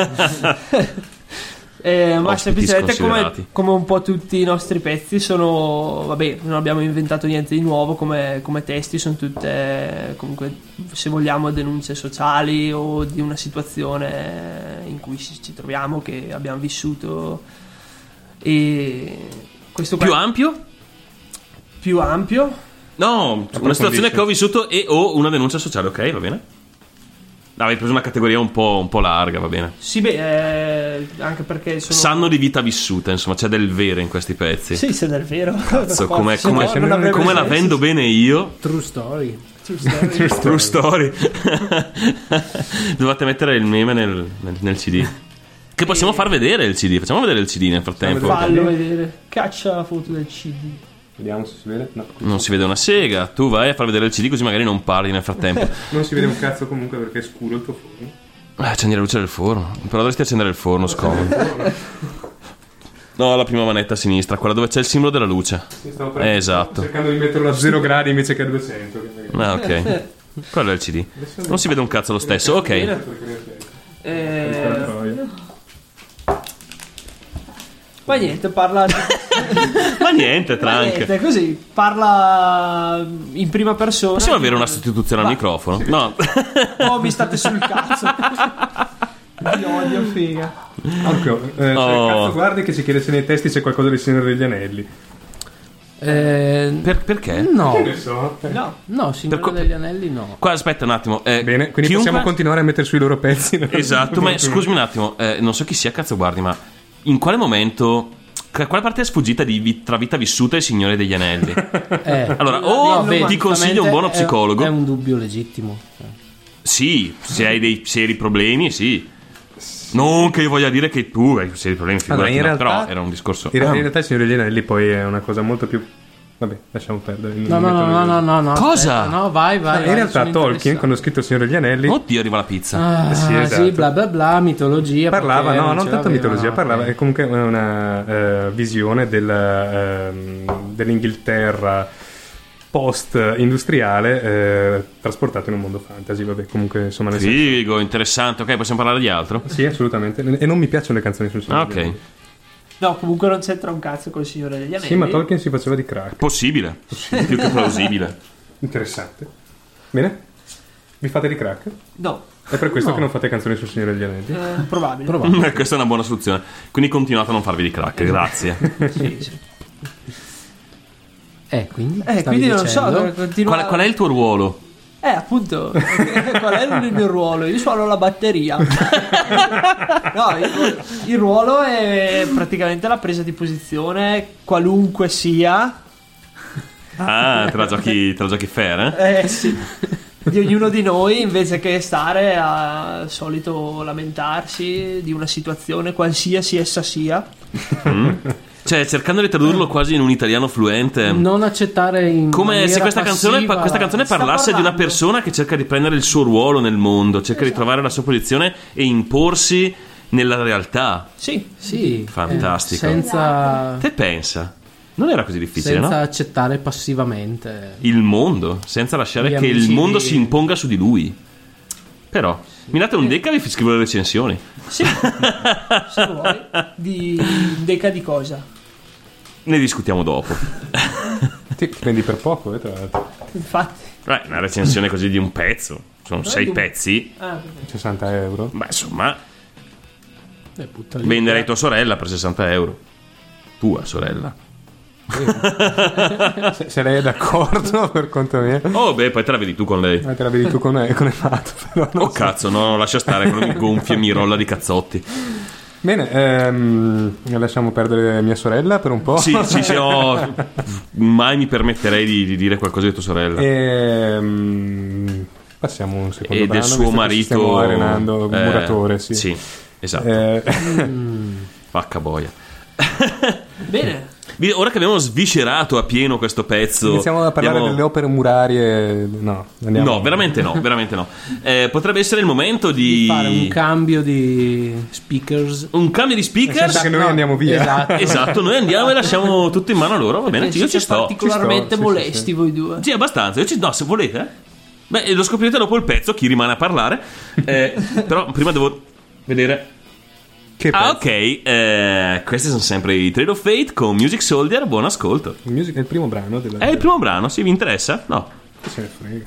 Eh, ma Ospiti semplicemente come, sconsiderati. come un po' tutti i nostri pezzi sono, vabbè, non abbiamo inventato niente di nuovo, come, come testi sono tutte comunque, se vogliamo, denunce sociali o di una situazione in cui ci ci troviamo, che abbiamo vissuto, e questo qua Più è ampio? più ampio. No, una situazione che ho vissuto e o una denuncia sociale, ok, va bene? No, avevi preso una categoria un po', un po' larga, va bene. Sì, beh, eh, anche perché sono... Sanno di vita vissuta, insomma, c'è del vero in questi pezzi. Sì, se è vero. Cazzo, come, Se no, come- non avrebbe come la senso. vendo bene io. True story. True story. Dovete mettere il meme nel, nel, nel C D. Che possiamo far vedere il C D. Facciamo vedere il C D nel frattempo. Fallo vedere. Caccia la foto del C D. Vediamo se si vede. No. Non si vede una sega. Tu vai a far vedere il C D così magari non parli nel frattempo. Non si vede un cazzo comunque perché è scuro il tuo forno. Eh, accendi la luce del forno. Però dovresti accendere il forno, scomodo. No, la prima manetta a sinistra, quella dove c'è il simbolo della luce. Sì, stavo Eh, esatto. cercando di metterlo a zero gradi invece che a duecento. che magari- Ah, ok. Quello è il C D. Non si vede un cazzo lo stesso. Ok. Eh, ma niente, parla di... Ma niente, ma tranche. niente, così, parla in prima persona. Possiamo avere una sostituzione al Va. microfono? No. Oh, mi state sul cazzo. Vi odio, figa. Ecco, eh, Oh. cioè, cazzo guardi che si chiede se nei testi c'è qualcosa del Signore degli Anelli. Eh, Per- perché? no, Che ne so. No, no, Signore Per co- degli Anelli no. Qua aspetta un attimo. eh, Bene, quindi chiunque- possiamo continuare a mettere sui loro pezzi. Esatto, ma scusami un attimo, eh, non so chi sia, cazzo guardi, ma in quale momento, quale parte è sfuggita di vi- tra vita vissuta e il Signore degli Anelli? Eh, Allora, o no, beh, ti consiglio un buono è- psicologo. È un dubbio legittimo. Sì, se hai dei seri problemi, sì. Non che io voglia dire che tu hai seri problemi, Allora, figurati, in no, realtà- però era un discorso. In, Ah. in realtà il Signore degli Anelli poi è una cosa molto più... Vabbè, lasciamo perdere. non No, no, metto no, le- no, no, no. Cosa? aspetta, no, vai, vai. Ah, in vai, realtà sono Tolkien, interessato. quando ha scritto il Signore degli Anelli, Oddio, arriva la pizza. Ah, Sì, sì, esatto. bla bla bla, mitologia. parlava, perché no, non ce tanto l'aveva, mitologia, no, parlava, ok. è comunque una eh, visione del, ehm, dell'Inghilterra post-industriale eh, trasportato in un mondo fantasy, vabbè, comunque insomma nel senso- Figo, interessante. Ok, possiamo parlare di altro? Sì, assolutamente, e non mi piacciono le canzoni sul Signore Ah, degli ok. Anelli. no, comunque non c'entra un cazzo col Signore degli Anelli. Sì, ma Tolkien si faceva di crack. Possibile. Più che plausibile. Interessante. Bene? Vi fate di crack? No, È per questo No. che non fate canzoni sul Signore degli Anelli? eh, probabile. Probabile. Questa è una buona soluzione. Quindi continuate a non farvi di crack, grazie. Sì, sì. Eh, quindi? Eh, stavi quindi non so, dicendo? continua... Qual, qual è il tuo ruolo? Eh, appunto, qual è il mio ruolo? Io suono la batteria. No, il, il ruolo è praticamente la presa di posizione, qualunque sia. Ah, te la giochi, te la giochi fair, eh? Eh sì, di ognuno di noi, invece che stare a- al solito lamentarsi di una situazione qualsiasi essa sia. Cioè, cercando di tradurlo quasi in un italiano fluente. Non accettare in Come se maniera questa canzone, passiva questa la- canzone Sta parlasse di una parlando. persona che cerca di prendere il suo ruolo nel mondo, cerca di trovare la sua posizione e imporsi nella realtà. Sì, Sì, Fantastico. eh, senza, Te pensa? Non era così difficile, senza no? accettare passivamente. Il mondo, senza lasciare Gli che il amici mondo di- si imponga su di lui. Però, mi date un deca e vi scrivo le recensioni. sì, se vuoi. Di deca di cosa? Ne discutiamo dopo. Ti prendi per poco, eh, tra l'altro. Infatti. Beh, una recensione così di un pezzo. Sono sei di un- pezzi. Ah, sessanta euro. Beh, insomma, Eh, butta lì. venderei tua sorella per sessanta euro. Tua sorella. Se, se lei è d'accordo, per conto mio. Oh, beh, poi te la vedi tu con lei. Ma te la vedi tu con, con Emato, però non Oh, cazzo, no, no, lascia stare, quello mi gonfia e mi rolla di cazzotti. Bene, ehm, lasciamo perdere mia sorella per un po'. Sì, sì, sì, oh, mai mi permetterei di, di dire qualcosa di tua sorella. Ehm, passiamo un secondo E del brano, suo visto che ci marito. stiamo arenando, eh, muratore, sì. Sì, esatto. Eh, Vacca boia. bene. Vi- Ora che abbiamo sviscerato a pieno questo pezzo, iniziamo a parlare abbiamo- delle opere murarie. No, andiamo. No, veramente no, veramente no. Eh, potrebbe essere il momento di, Fare un cambio di speakers. un cambio di Nel senso speakers. che noi andiamo via. Esatto. Esatto, noi andiamo e lasciamo tutto in mano a loro. Va bene, Penso io ci sia sto. particolarmente ci sto, sì, molesti sì, sì. voi due. Sì, abbastanza. Io ci- No, se volete. eh. Beh, lo scoprirete dopo il pezzo, chi rimane a parlare. Eh, però prima devo vedere. Che Ah, pezzo? ok. eh, questi sono sempre i Trade of Fate con Music Soldier. Buon ascolto. Il, music- è il primo brano della... È il primo brano, sì, vi interessa? No. Che se ne frega.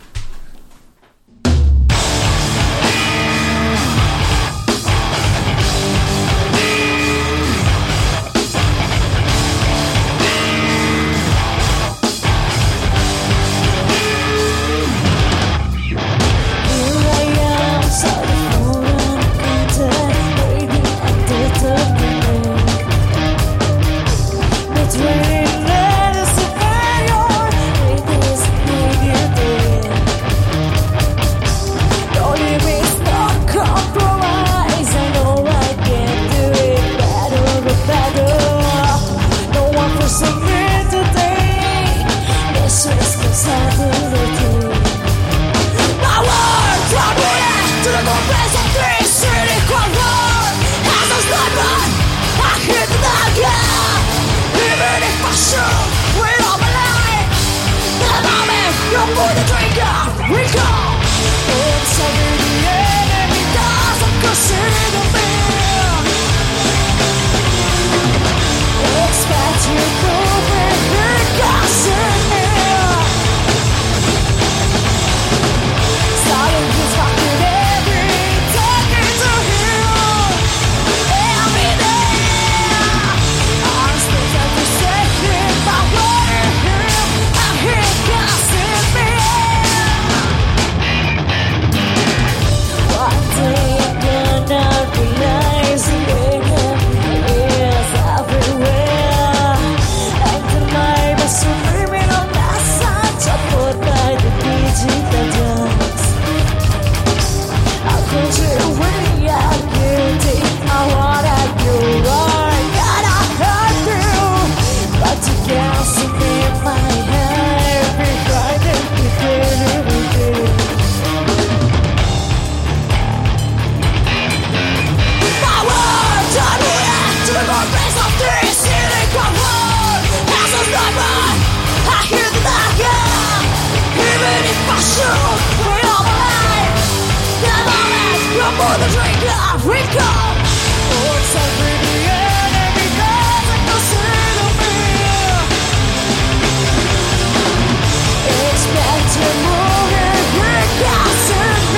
Expect to move it,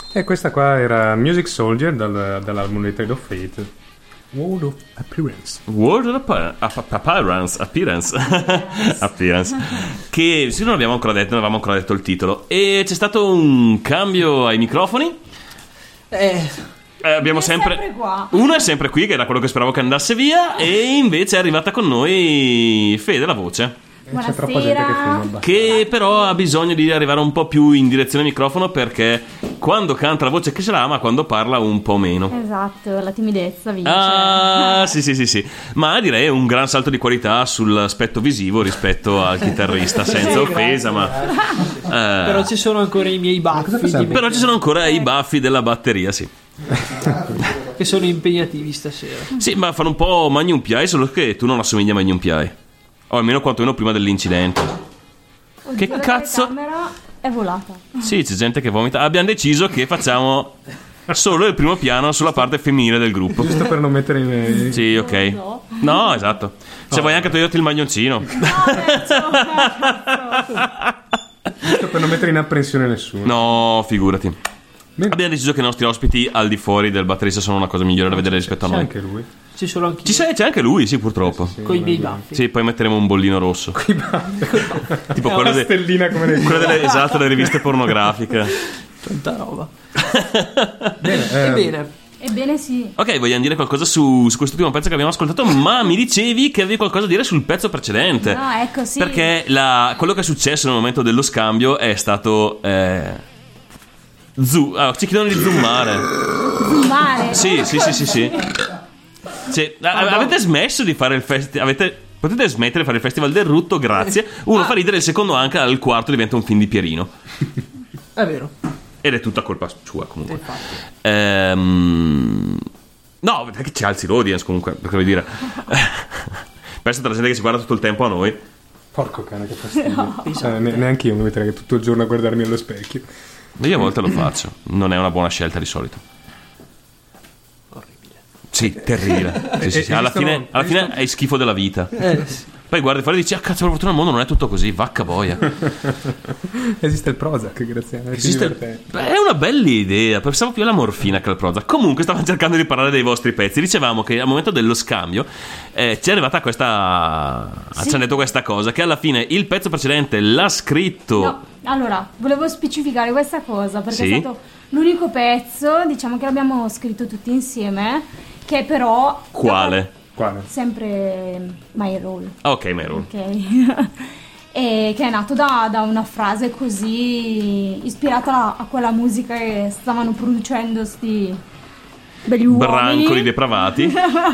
E questa qua era Music Soldier dal, dall'album Trade of Fate. World of Appearance. World of Appa- App- Appearance Appearance Appearance che sì, non abbiamo ancora detto, non avevamo ancora detto il titolo. E c'è stato un cambio ai microfoni. Eh, Eh, abbiamo È sempre, sempre qua. uno è sempre qui, che era quello che speravo che andasse via, e invece è arrivata con noi Fede la voce, C'è troppa gente che fuma. che però ha bisogno di arrivare un po' più in direzione microfono, perché quando canta la voce che ce l'ha, ma quando parla un po' meno. Esatto, la timidezza vince. Ah, sì, sì, sì, sì. Ma direi un gran salto di qualità sull'aspetto visivo rispetto al chitarrista, senza Sì, offesa, ma eh, però ci sono ancora i miei baffi di- però ci sono ancora i baffi della batteria, sì. che sono impegnativi stasera. Sì, ma fanno un po' Magnum P I, solo che tu non assomigli a Magnum P I. O almeno quantomeno prima dell'incidente. Oddio, che la cazzo? telecamera è volata. Sì, c'è gente che vomita. Abbiamo deciso che facciamo solo il primo piano sulla parte femminile del gruppo. Giusto per non mettere in... Sì, ok. No, esatto. Se vuoi anche toglierti il maglioncino. Giusto per non mettere in apprensione nessuno. No, figurati. Bene. Abbiamo deciso che i nostri ospiti al di fuori del batterista sono una cosa migliore da vedere rispetto a C'è noi. anche lui. Ci sono anche Ci sei, c'è anche lui, sì, purtroppo. con i miei baffi. Sì, poi metteremo un bollino rosso. Tipo È quello, una de- stellina come le quello delle, esatto, delle riviste pornografiche. Tanta roba. Bene, eh, Ebbene, Ebbene sì. Ok, vogliamo dire qualcosa su, su quest'ultimo pezzo che abbiamo ascoltato, ma mi dicevi che avevi qualcosa da dire sul pezzo precedente. No, ecco, sì. Perché la- quello che è successo nel momento dello scambio è stato... Eh, zu- ah, ci chiedono di zoomare. Male. Sì, sì, sì, sì, sì. Sì, a- avete smesso di fare il festival... Avete... Potete smettere di fare il festival del rutto, grazie. Uno fa ridere, il secondo anche, al quarto diventa un film di Pierino. è vero. Ed è tutta colpa sua, comunque. Ehm... No, perché ci alzi l'audience, comunque, perché vuoi dire... Pensa alla gente che si guarda tutto il tempo a noi. Porco cane, che fastidio. Eh, ne- neanche io mi metterei tutto il giorno a guardarmi allo specchio. Io a volte lo faccio. Non è una buona scelta di solito. Orribile. Sì, terribile. Sì, sì, sì. Alla Esistono- fine, alla fine hai schifo della vita. Eh, sì. Poi guardi fuori e dici: ah, cazzo, per fortuna il mondo non è tutto così. Vacca boia. Esiste il Prozac, Graziano. Esiste il- Beh, è una bella idea. Pensavo più alla morfina che al Prozac. Comunque, stavamo cercando di parlare dei vostri pezzi. Dicevamo che al momento dello scambio eh, ci è arrivata questa. Ci hanno detto questa cosa: che alla fine il pezzo precedente l'ha scritto. No, allora, volevo specificare questa cosa perché Sì? è stato l'unico pezzo, diciamo, che l'abbiamo scritto tutti insieme, che però... Quale? Quale? Sempre My Role. Ah, ok, Meron. Ok. E che è nato da, da una frase così ispirata a quella musica che stavano producendo sti belli uomini. Brancoli depravati.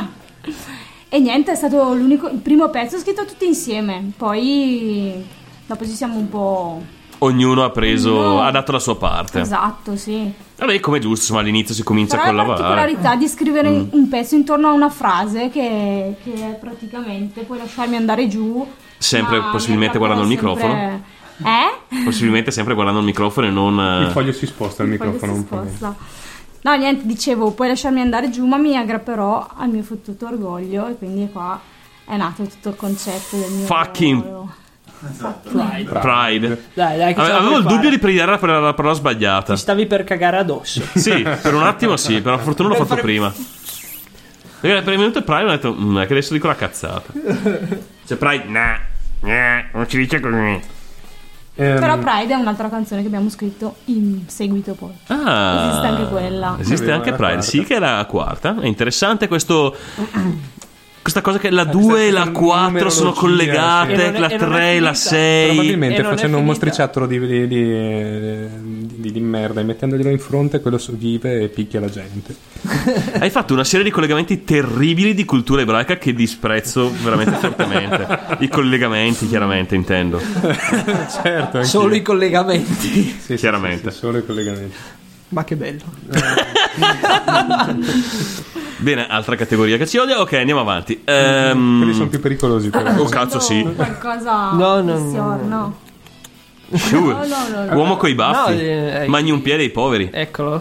E niente, è stato l'unico, il primo pezzo scritto tutti insieme. Poi dopo ci siamo un po'... Ognuno ha preso, No. ha dato la sua parte. Esatto, sì. Vabbè, come è giusto, insomma, all'inizio si comincia Però con la la particolarità di scrivere Mm. un pezzo intorno a una frase che, che è praticamente puoi lasciarmi andare giù. Sempre, ma possibilmente mi guardando il attrapperò microfono. sempre- Eh? Possibilmente sempre guardando il microfono e non. Il foglio si sposta al Poi microfono si un po'. sposta. No, niente, dicevo, puoi lasciarmi andare giù, ma mi aggrapperò al mio fottuto orgoglio. E quindi qua è nato tutto il concetto del mio Fucking- ruolo. Pride. Pride. Dai, dai, che ce la Avevo puoi il fare. dubbio di prendere la parola, la parola sbagliata. Ti stavi per cagare addosso. Sì, per un attimo sì, per fortuna l'ho fatto prima. Perché per il minuto Pride ho detto, "Mm, è che adesso dico la cazzata. Cioè Pride, nah, nah, non ci dice così. Ehm, Però Pride è un'altra canzone che abbiamo scritto in seguito poi. Ah, Esiste anche quella. Esiste È vero, anche la Pride, quarta. sì, che era la quarta. È interessante questo. Questa cosa che la questa- due e la questa quattro sono numerologia, collegate, sì. E non è- la e non è tre e la finita. sei. Probabilmente E non è facendo un finita. mostriciattolo di, di, di, di- di merda e mettendoglielo in fronte, quello vive e picchia la gente. Hai fatto una serie di collegamenti terribili di cultura ebraica che disprezzo veramente fortemente. I collegamenti, chiaramente, intendo. Certo, anch'io. Solo i collegamenti. Sì, sì, chiaramente. sì, sì, solo i collegamenti. Ma che bello. Bene, altra categoria che ci odia. Ok, andiamo avanti. Ehm, Quelli sono più pericolosi però. Oh cazzo sì. Qualcosa No, no, di signor, no. no. Sure. No, no, no, no. Uomo coi baffi. No, eh, eh, Magni un piede ai poveri. Eccolo.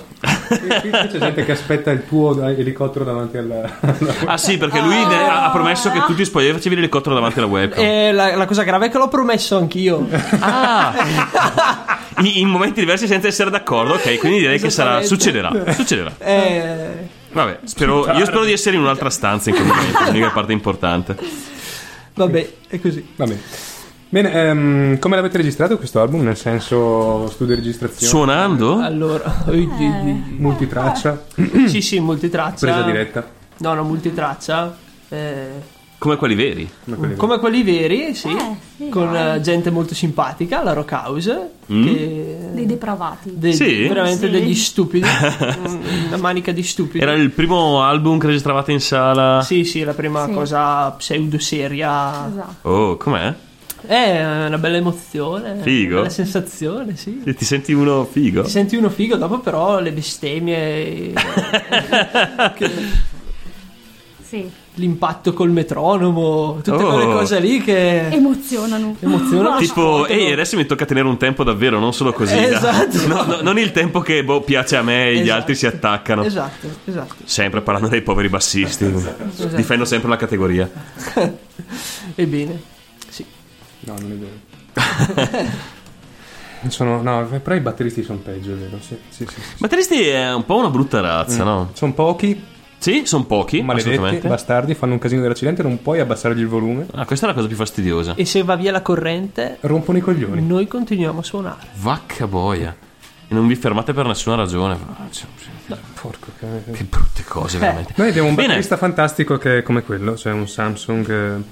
Qui c'è gente che aspetta il tuo elicottero davanti alla... Ah sì, perché lui ne- ha ha promesso che tu ti spogliavi e facevi l'elicottero davanti alla webcam. E la, la cosa grave è che l'ho promesso anch'io. Ah, in, in momenti diversi senza essere d'accordo. Ok, quindi direi che sarà succederà. Succederà. Eh, Vabbè, spero, io spero di essere in un'altra stanza in quel momento, l'unica parte importante. vabbè, è così. Va bene. Bene, ehm, come l'avete registrato questo album? Nel senso studio di registrazione? Suonando? Allora, Multitraccia? sì, sì, multitraccia. Presa diretta? No, no, multitraccia. Eh, Come quelli veri. come quelli veri, sì. Eh, sì, con dai. eh, gente molto simpatica, la Rock House. Mm. Che... Dei depravati. de- Sì? veramente Sì. degli stupidi. Una manica di stupidi. Era il primo album che registravate in sala? Sì, sì, la prima Sì. cosa pseudo seria. Esatto. Oh, com'è? È una bella emozione. Figo. Una bella sensazione, sì. E ti senti uno figo? Ti senti uno figo, dopo però le bestemmie, che- Sì. l'impatto col metronomo, tutte Oh. quelle cose lì che Emozionano. emozionano. Tipo, scuotono. ehi, adesso mi tocca tenere un tempo davvero, non solo così. Esatto. No, no, non il tempo che boh, piace a me e gli Esatto. altri si attaccano. Esatto, esatto. Sempre parlando dei poveri bassisti. Difendo sempre la categoria. Ebbene, sì. No, non è vero. Sono, no, però i batteristi sono peggio, è vero? Sì, sì, sì, sì. Batteristi è un po' una brutta razza, no? Sono pochi, Sì, sono pochi, maledetti, assolutamente. bastardi, fanno un casino dell'accidente, non puoi abbassargli il volume, Ah, questa è la cosa più fastidiosa. E se va via la corrente, rompono i coglioni. noi continuiamo a suonare. Vacca boia. E non vi fermate per nessuna ragione. Cioè, Porco cane. che brutte cose, veramente. Noi abbiamo un Bene. batterista fantastico che è come quello, cioè un Samsung.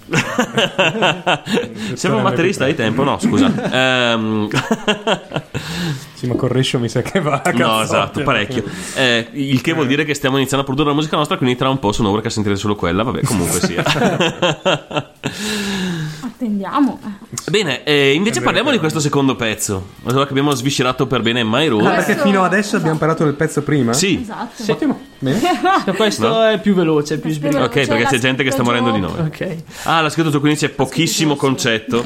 eh, Siamo un batterista di tempo? No, scusa. Ehm, Sì, ma con Rescio mi sa che va a no, cazzotti. esatto, parecchio. Eh, il che vuol dire che stiamo iniziando a produrre la musica nostra, quindi tra un po' sono ore che sentirete solo quella. Vabbè, comunque sia. Attendiamo. Bene, eh, invece parliamo di questo secondo pezzo. Allora che abbiamo sviscerato per bene My Road. Ah, perché fino adesso abbiamo parlato del pezzo prima? Sì, Esatto. Ottimo. Bene. Questo No? è più veloce, è più sbrigato. ok, perché c'è gente che sta morendo di noi. Ok. Ah, l'ha scritto tu, quindi c'è pochissimo concetto.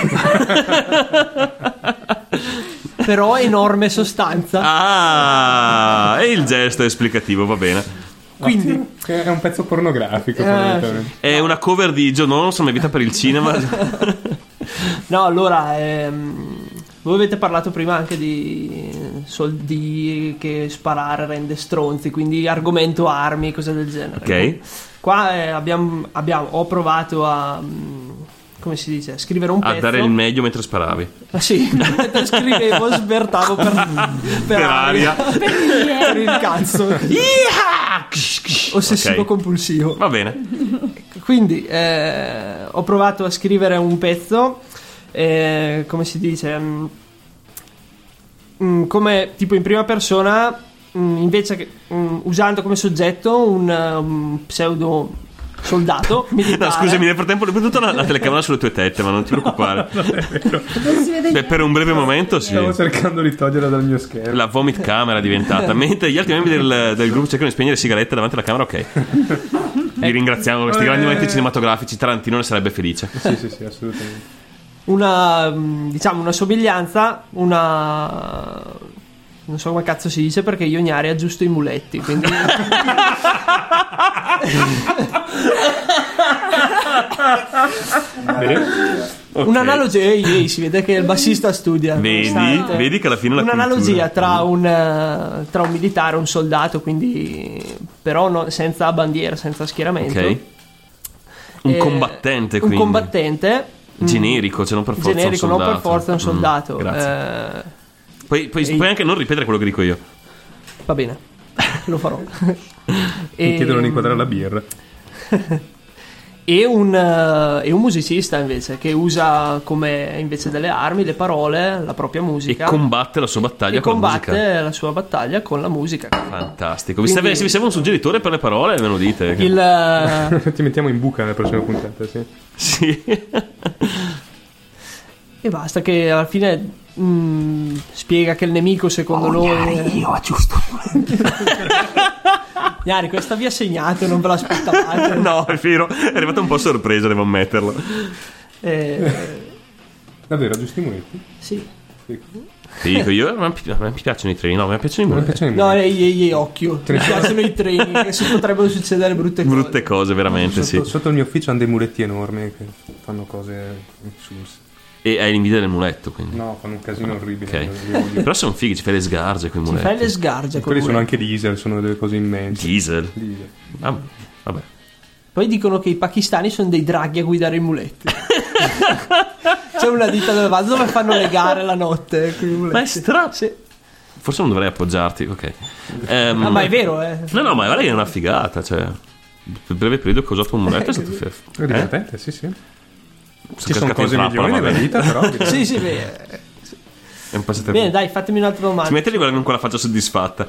Però enorme sostanza. Ah, e il gesto è esplicativo, va bene. Quindi Che è un pezzo pornografico, Eh, fondamentalmente. È una cover di John Holmes, una vita per il cinema. no, allora ehm, voi avete parlato prima anche di soldi che sparare rende stronzi, quindi argomento armi, cose del genere. Ok. Qua eh, abbiamo, abbiamo ho provato a mm, come si dice, a scrivere un A pezzo. dare il meglio mentre sparavi. Ah, sì, mentre scrivevo sbertavo per, per, Per aria. per il cazzo. Ossessivo Ok. compulsivo. Va bene. Quindi eh, ho provato a scrivere un pezzo, eh, come si dice, mm, mm, come tipo in prima persona, mm, invece che mm, usando come soggetto un, um, pseudo soldato militare. No, scusami, nel frattempo ho ripetuto la, la telecamera sulle tue tette, ma non ti preoccupare. Non si vede Beh, niente. per un breve momento sì. Stavo cercando di toglierla dal mio schermo. La vomit camera è diventata. Mentre gli altri membri del, del gruppo cercano di spegnere sigarette davanti alla camera, ok. Vi ringraziamo per questi grandi momenti cinematografici. Tarantino ne sarebbe felice. Sì, sì, sì, assolutamente. Una, mm, diciamo, una somiglianza, una... non so come cazzo si dice perché io Gnari aggiusto i muletti, quindi... Bene. Ok. Un'analogia, ehi, ehi, si vede che il bassista studia. Vedi? nonostante. Vedi che alla fine la Un'analogia cultura- tra un, eh, tra un militare e un soldato, quindi però no- senza bandiera, senza schieramento. Ok. Un Eh, combattente, un quindi. combattente mm, Generico, cioè non per forza generico, un non soldato. per forza un Mm, soldato. grazie. Eh, Poi, poi, Ehi. puoi anche non ripetere quello che dico io. va bene, lo farò. Mi chiedono di inquadrare la birra. E un, eh, e un musicista invece che usa come invece delle armi le parole, la propria E musica, combatte la sua battaglia e con la combatte musica. la sua battaglia con la musica. Fantastico. Vi Quindi- serve, se vi serve un suggeritore per le parole, me lo dite. che- Il, eh, Ti mettiamo in buca nella prossima puntata, sì. Sì. e basta che alla fine mm, spiega che il nemico secondo noi Io aggiusto. Gnari, questa vi ha segnato, non ve l'aspettavate. No, è vero. È arrivata un po' sorpresa, devo ammetterlo. Eh, Davvero, giusti muletti? sì. Dico io, a me pi- a me piacciono i treni, no, a me piacciono i Non mi muletti. piacciono i No, muletti. ehi, ehi, occhio. Mi piacciono i treni, che si potrebbero succedere brutte cose. Brutte cose, veramente, Sotto, sì. sotto il mio ufficio hanno dei muletti enormi che fanno cose insulse. E hai l'invidia del muletto, quindi. No, fanno un casino orribile. Ok. Io odio. Però sono fighi, ci fai le sgarge con i Ti muletti. fai le sgarge. Quelli con sono i anche diesel, sono delle cose immense. Diesel. Diesel. Ah, vabbè. Poi dicono che i pakistani sono dei draghi a guidare i muletti. C'è una ditta dove vado dove fanno le gare la notte con i muletti. Ma è stra- Sì. Forse non dovrei appoggiarti, ok. Ehm, Ah, ma è vero, eh. No, no, ma guarda che è una figata, cioè. Per breve periodo che ho usato un muletto è stato È eh? divertente, sì, sì. Ci sono cascato in cose trappola, migliori nella vabbè. vita, però. che- Sì, sì, beh. È un po' stato- Bene, dai, fatemi un'altra domanda. Smettili con quella faccia soddisfatta.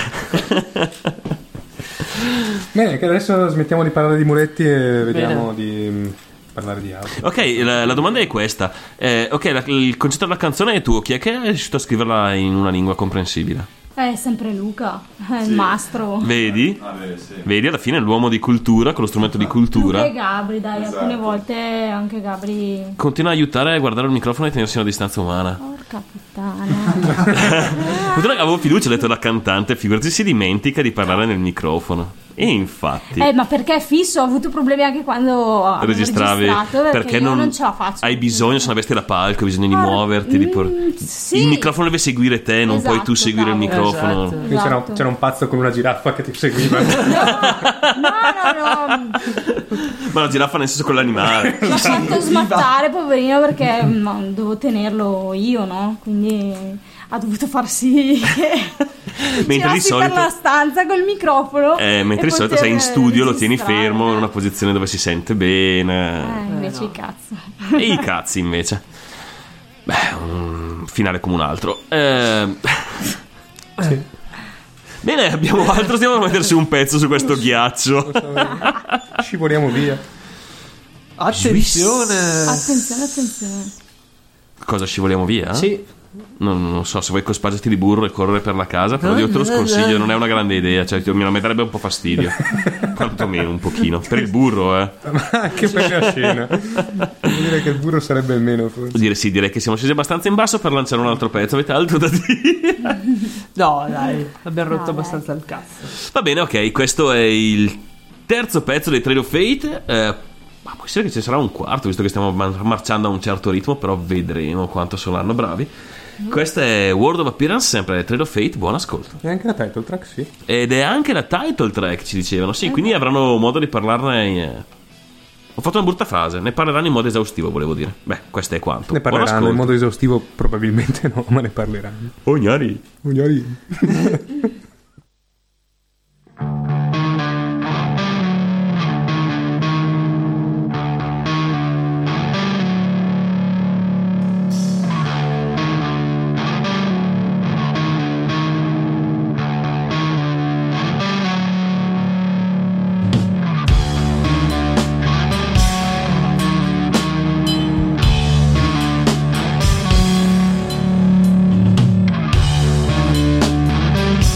Bene, che adesso smettiamo di parlare di muletti e vediamo di mm, parlare di altro. Ok, la, la domanda è questa. Eh, ok, la- il concetto della canzone è tuo. Chi è che è riuscito a scriverla in una lingua comprensibile? È sempre Luca, è il mastro. Vedi? Vedi, alla fine è l'uomo di cultura, con lo strumento di Luca e cultura. Gabri, dai, alcune volte anche Gabri. Continua a aiutare a guardare il microfono e tenersi una distanza umana. Porca puttana. Continua- Avevo fiducia, ho detto la cantante, figurati, si dimentica di parlare nel microfono. E infatti... Eh, ma perché è fisso? Ho avuto problemi anche quando ho registravi registrato perché, perché io non, non ce la faccio. hai bisogno, sono una bestia da palco, hai bisogno di Ah, muoverti di por- mm, sì. il microfono deve seguire te, non Esatto, puoi tu seguire cavolo. il microfono. Esatto. Quindi c'era, Esatto. c'era un pazzo con una giraffa che ti seguiva. No, no, no. Ma la giraffa nel senso con l'animale. L'ho fatto smattare, poverino, perché no, dovevo tenerlo io, no? Quindi ha dovuto far sì che Mentre di girassi solito per la stanza col microfono. eh, mentre e di solito poter sei in studio, lo tieni registrare. fermo in una posizione dove si sente Eh, bene. invece i cazzo. E i cazzi invece. Beh, un finale come un altro. Eh, Bene, abbiamo altro, stiamo a metterci un pezzo su questo ghiaccio. Scivoliamo via. Attenzione. Attenzione, attenzione. Cosa scivoliamo via? Sì. Non, non so se vuoi cospargerti di burro e correre per la casa, però io te lo sconsiglio, non è una grande idea, cioè mi metterebbe un po' fastidio. Quantomeno un pochino. Per il burro, eh. Ma anche per la scena. Vuol dire che il burro sarebbe il meno, forse. Vuol dire sì, direi che siamo scesi abbastanza in basso per lanciare un altro pezzo. Avete altro da dire? No, dai, abbiamo rotto No, abbastanza il cazzo. Va bene, ok, questo è il terzo pezzo dei Trail of Fate. Eh, ma può essere che ci sarà un quarto, visto che stiamo man- marciando a un certo ritmo, però vedremo quanto saranno bravi. Questo è World of Appearance, sempre Trail of Fate, buon ascolto. E anche la title track, sì. Ed è anche la title track, ci dicevano. Sì, quindi avranno modo di parlarne. in- Ho fatto una brutta frase, ne parleranno in modo esaustivo, volevo dire. Beh, questo è quanto. Ne Buon parleranno in ascolto. modo esaustivo? Probabilmente no, ma ne parleranno. Ognari. Ognari. Thank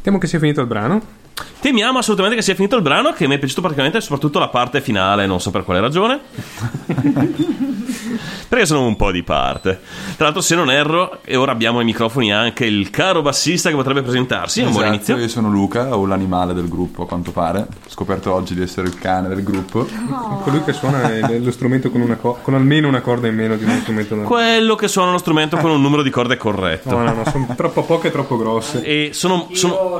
Temo che sia finito il brano. Temiamo assolutamente che sia finito il brano, che mi è piaciuto praticamente soprattutto la parte finale, non so per quale ragione. Perché sono un po' di parte. Tra l'altro, se non erro, e ora abbiamo ai microfoni anche il caro bassista che potrebbe presentarsi. Un buon Esatto, inizio. io sono Luca, o l'animale del gruppo a quanto pare. Ho scoperto oggi di essere il cane del gruppo. Colui che suona il- lo strumento con, una co- con almeno una corda in meno di uno strumento normale. Quello che suona uno strumento con un numero di corde corretto. No, no, no, sono troppo poche e troppo grosse. E sono, sono,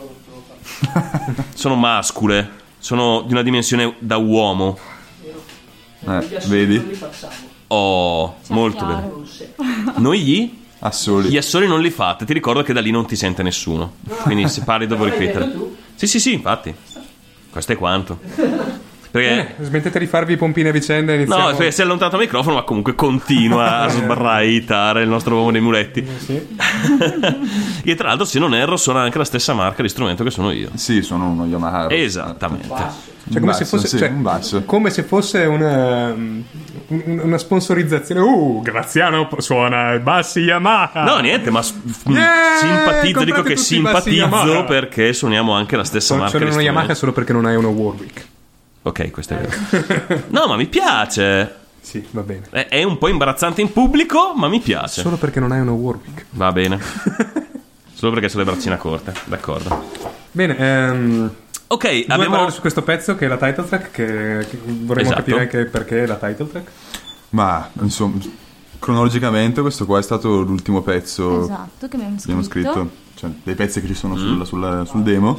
sono mascule. Sono di una dimensione da uomo. Eh, vedi? Oh, molto bene. Noi gli? Assoli. Gli assoli non li fate. Ti ricordo che da lì non ti sente nessuno. Quindi se parli devo ripetere. Sì, sì, sì, infatti. Questo è quanto. Perché... Eh, smettete di farvi pompine a vicenda e iniziamo. No, perché si è allontanato dal microfono, ma comunque continua a sbraitare il nostro uomo dei muletti. Sì. E tra l'altro, se non erro, suona anche la stessa marca di strumento che sono io. Sì, sono uno Yamaha. Esattamente. Cioè, come, se basso, fosse, sì, cioè, un basso. come se fosse una, un- una sponsorizzazione. Uh, Graziano suona i bassi Yamaha. No, niente, ma s- Yeah, simpatizzo, dico comprate che tutti i bassi simpatizzo Yamaha. perché suoniamo anche la stessa Sono, marca sono di una strumento. Yamaha solo perché non hai uno Warwick. Ok, questo è vero. No, ma mi piace. Sì, va bene. È, è un po' imbarazzante in pubblico, ma mi piace. Solo perché non hai uno Warwick. Va bene. Solo perché sono le braccine corte, d'accordo. Bene, ehm, Ok, due abbiamo... parole su questo pezzo che è la title track, che, che vorremmo Esatto. capire anche perché è la title track. Ma insomma, cronologicamente questo qua è stato l'ultimo pezzo Esatto, che abbiamo che abbiamo scritto. scritto, cioè dei pezzi che ci sono Mm. sul, sul- sul demo.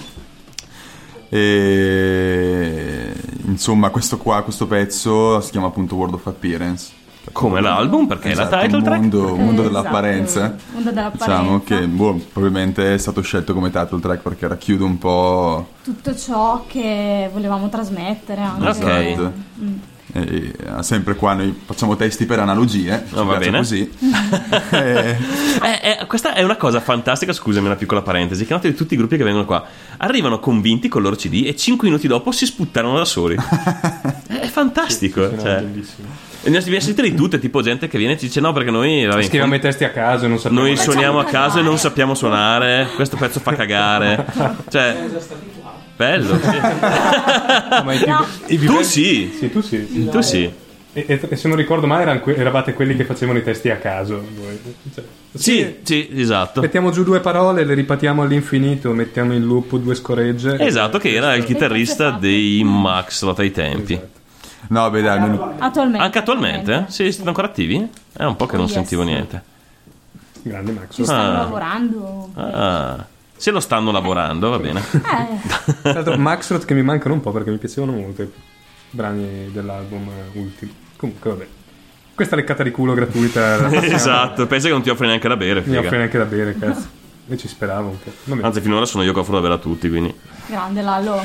E insomma, questo qua, questo pezzo si chiama appunto World of Appearance. Come l'album, perché Esatto, è la title un track. mondo, un mondo Esatto, dell'apparenza. mondo dell'apparenza. Diciamo che boh, probabilmente è stato scelto come title track perché racchiude un po'. Tutto ciò che volevamo trasmettere anche. Ok. Esatto. Mm. E, eh, sempre qua noi facciamo testi per analogie, ci No, va piace bene. così. Eh, Eh, eh, questa è una cosa fantastica, scusami una piccola parentesi, che noto di tutti i gruppi che vengono qua. Arrivano convinti con il loro C D e cinque minuti dopo si sputtano da soli. È fantastico. Sì, no, cioè. bellissimo. E ne abbiamo sentite di tutte, tipo gente che viene e ci dice no perché noi... vabbè, in Scriviamo fondo- i testi a caso e non sappiamo. Noi suoniamo a Facciamo caso e non cagare. sappiamo suonare. Questo pezzo fa cagare. Cioè, bello. Sì. Ma i più- No. i più Tu belli- sì. Sì, tu sì. Tu sì. E, e- e se non ricordo male eran que- eravate quelli che facevano i testi a caso. voi. Cioè, Sì, sì, esatto. Mettiamo giù due parole, le ripatiamo all'infinito, mettiamo in loop due scoregge. Esatto, che era il chitarrista dei Maxlot ai tempi. Esatto. no, beh, dai, almeno Attualmente. Anche attualmente? eh? Sì, siete ancora attivi? È un po' che non Yes. sentivo niente. Grande Max. Ci stanno Ah. lavorando. Ah, se lo stanno lavorando, va bene. Eh, Tra l'altro Maxrot che mi mancano un po' perché mi piacevano molto i brani dell'album eh, ultimo. Comunque vabbè. Questa leccata di culo gratuita la passiamo. Esatto, pensa che non ti offre neanche da bere, Mi offre figa. neanche da bere, cazzo. E ci speravo un po'. Vabbè. Anzi, finora sono io che offro da bere a tutti, quindi. grande Lallo.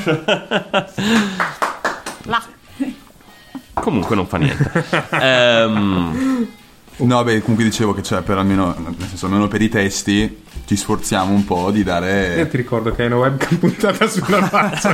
Là. Comunque non fa niente. Ehm, no, beh, comunque dicevo che cioè, per almeno, nel senso, almeno per i testi ci sforziamo un po' di Io dare. ti ricordo che hai una webcam puntata sulla faccia.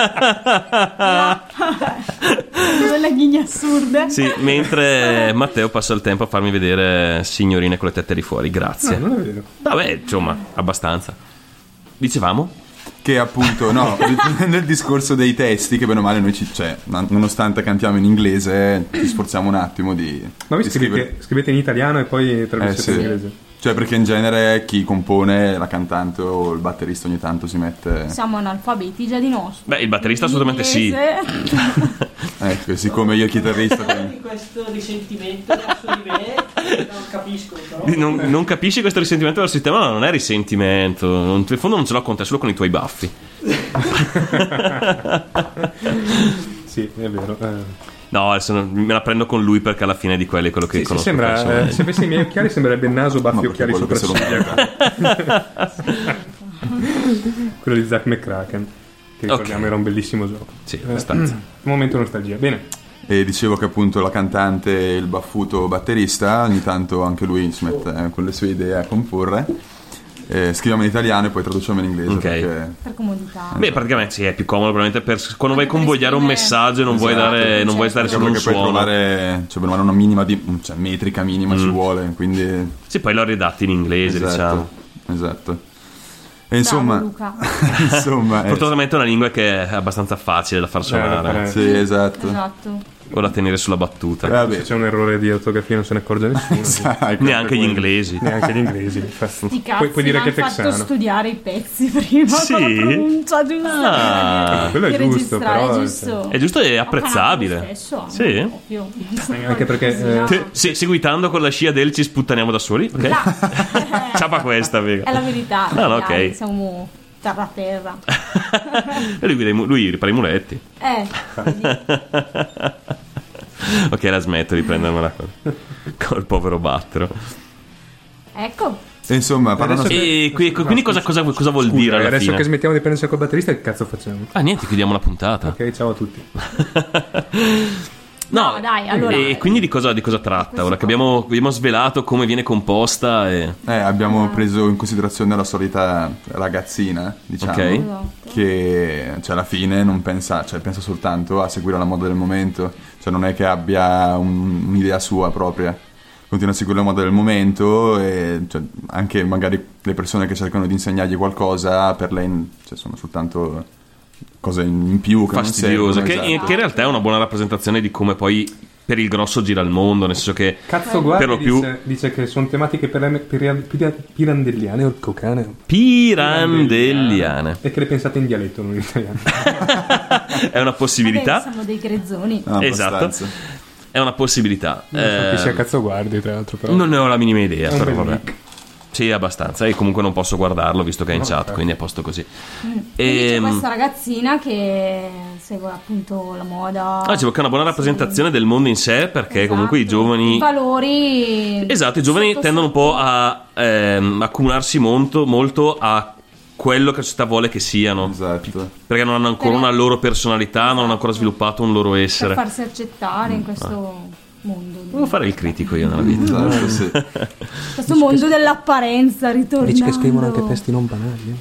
Quelle ghigne assurde. sì, mentre Matteo passa il tempo a farmi vedere signorine con le tette di fuori, grazie. No, non è vero. Vabbè, insomma, abbastanza. Dicevamo? Che appunto, no, nel discorso dei testi, che bene o male noi ci, cioè, nonostante cantiamo in inglese, ci sforziamo un attimo di. Ma voi di scrivete, scrivere- scrivete in italiano e poi Eh, traducete sì. in inglese. Cioè, perché in genere chi compone, la cantante o il batterista ogni tanto si mette. Siamo analfabeti già di nostro. Beh, il batterista assolutamente sì. Inglese. Ecco, siccome io chitarrista. quindi- Questo risentimento verso di me non capisco però. Non, non capisci questo risentimento verso il tema? No, non è risentimento. Non, in fondo non ce l'ho con te, solo con i tuoi baffi. Sì, è vero. Eh. No, adesso non- me la prendo con lui perché alla fine di quelli è quello che Sì, sì, conosco. sembra, eh, personalmente. se avessi i miei occhiali sembrerebbe il naso, baffi, Ma perché occhiali, quello che se lo sopracciglia. Quello di Zack McCracken, che ricordiamo Ok. era un bellissimo gioco. Sì, abbastanza. Un momento nostalgia. Bene. E dicevo che appunto la cantante e il baffuto batterista, ogni tanto anche lui si mette eh, con le sue idee a comporre. Eh, scriviamo in italiano e poi traduciamo in inglese. Ok. Perché Per comodità. Beh, praticamente sì, è più comodo probabilmente per quando vai a Per convogliare un esprimere- messaggio e non vuoi Esatto. dare, non vuoi stare Certo. solo un perché poi suono. trovare, cioè, per una minima di, cioè, metrica minima Mm. ci vuole, quindi Sì, poi l'ho ridatti in inglese, esatto, diciamo. esatto. E insomma, Bravo, Luca. insomma eh, Fortunatamente è una lingua che è abbastanza facile da far suonare Eh, sì, esatto. Esatto. o da tenere sulla battuta. Eh, vabbè, Se c'è un errore di ortografia non se ne accorge nessuno. sai, Neanche gli quello. inglesi. Neanche gli inglesi. Sti cazzi, Puoi, puoi dire mi che è hanno fatto texano. studiare i pezzi prima Sì? con la pronuncia giusta. Ah, quello è di giusto, registrare, però, giusto. È giusto e Ho cantato apprezzabile. lo stesso, Sì? proprio. Anche perché, eh, Sì, no. Sì, seguitando con la scia del ci sputtaniamo da soli, ok? Ciapa questa, È vega. la verità. No, no, dai, ok. Siamo terra terra. lui, guida i mu- lui ripara i muletti. Eh, vedi. Ok, la smetto di prendermela con, col povero battero. Ecco. E insomma, parlando Adesso- E qui- quindi cosa, cosa, cosa vuol Scusa, dire alla adesso fine? che smettiamo di prendersi col batterista, che cazzo facciamo? Ah, niente, chiudiamo la puntata. Ok, ciao a tutti. No, dai, allora- E quindi di cosa, di cosa tratta? Ora che abbiamo, abbiamo svelato come viene composta e... eh, abbiamo preso in considerazione la solita ragazzina, diciamo, Ok. Esatto. che cioè, alla fine non pensa, cioè, pensa soltanto a seguire la moda del momento, cioè non è che abbia un- un'idea sua propria, continua a seguire la moda del momento e cioè, anche magari le persone che cercano di insegnargli qualcosa per lei cioè, sono soltanto cose in più che fastidiose, non che, servono, esatto. che in realtà è una buona rappresentazione di come poi per il grosso gira il mondo, nel senso che Cazzo guardi, per lo più dice, dice che sono tematiche per, per, per, pirandelliane o cocane. pirandelliane E che le pensate in dialetto, non in italiano. è una Vabbè, possibilità. siamo dei grezzoni. Ah, Esatto. abbastanza. È una possibilità. Non so chi Eh, sia cazzo guardi, tra l'altro, però. non ne ho la minima idea, È un però bel vabbè. nick. Sì, abbastanza. E comunque non posso guardarlo visto che è in No, chat, certo. quindi è a posto così. Quindi c'è Ehm, questa ragazzina che segue appunto la moda. Ah, dicevo che è una buona rappresentazione del mondo in sé, perché Esatto. comunque i giovani... I valori. Esatto, i giovani sotto tendono un sotto. po' a ehm, accumularsi molto, molto a quello che la società vuole che siano, Esatto. perché non hanno ancora Per- una loro personalità, non hanno ancora sviluppato un loro Per essere. farsi accettare in questo mondo. Devo fare il critico io nella vita. Esatto, sì. Questo mondo dell'apparenza ritornando. Dici che scrivono anche testi non banali.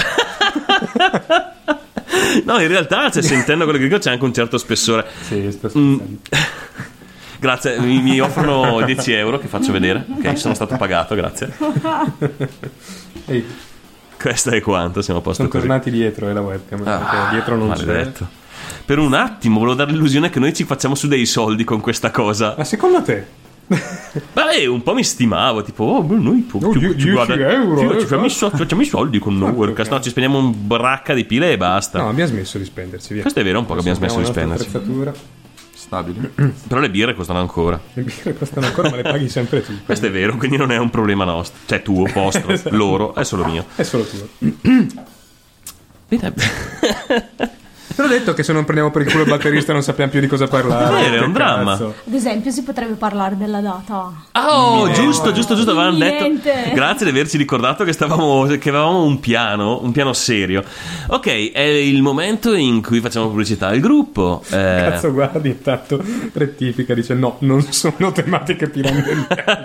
No, in realtà, cioè, sentendo quello che dico, c'è anche un certo spessore. Sì, sto Mm. scherzando. Grazie, mi, mi offrono dieci euro che faccio vedere. Ok, sono stato pagato, grazie. Ehi, Questo è quanto, siamo a posto sono così. tornati dietro, è la webcam, Ah, perché dietro non maledetto. Per un attimo volevo dare l'illusione che noi ci facciamo su dei soldi con questa cosa. c'è. Ma secondo te? Beh, un po' mi stimavo, tipo, oh, beh, noi po- No, ci, die- ci dieci guarda- euro, ci- eh, ci facciamo i so- facciamo i soldi con Porco Nowherecast. No, ci spendiamo un bracca di pile e basta. No, abbiamo smesso di spenderci, via. Questo è vero, un po' che abbiamo smesso di spenderci. Attrezzatura. Stabili. Però le birre costano ancora. Le birre costano ancora, ma le paghi sempre tu. Questo è vero, quindi non è un problema nostro. Cioè tuo, vostro, Esatto. loro, è solo mio. È solo tuo. Bene. Te l'ho detto che se non prendiamo per il culo il batterista non sappiamo più di cosa parlare. È vero, è un Che dramma. cazzo. Ad esempio, si potrebbe parlare della data. Oh, giusto, giusto, giusto, avevamo detto. Imminente. Grazie di averci ricordato che stavamo che avevamo un piano, un piano serio. Ok, è il momento in cui facciamo pubblicità al gruppo. Eh, Cazzo guardi, intanto rettifica, dice no, non sono tematiche pirandelliane.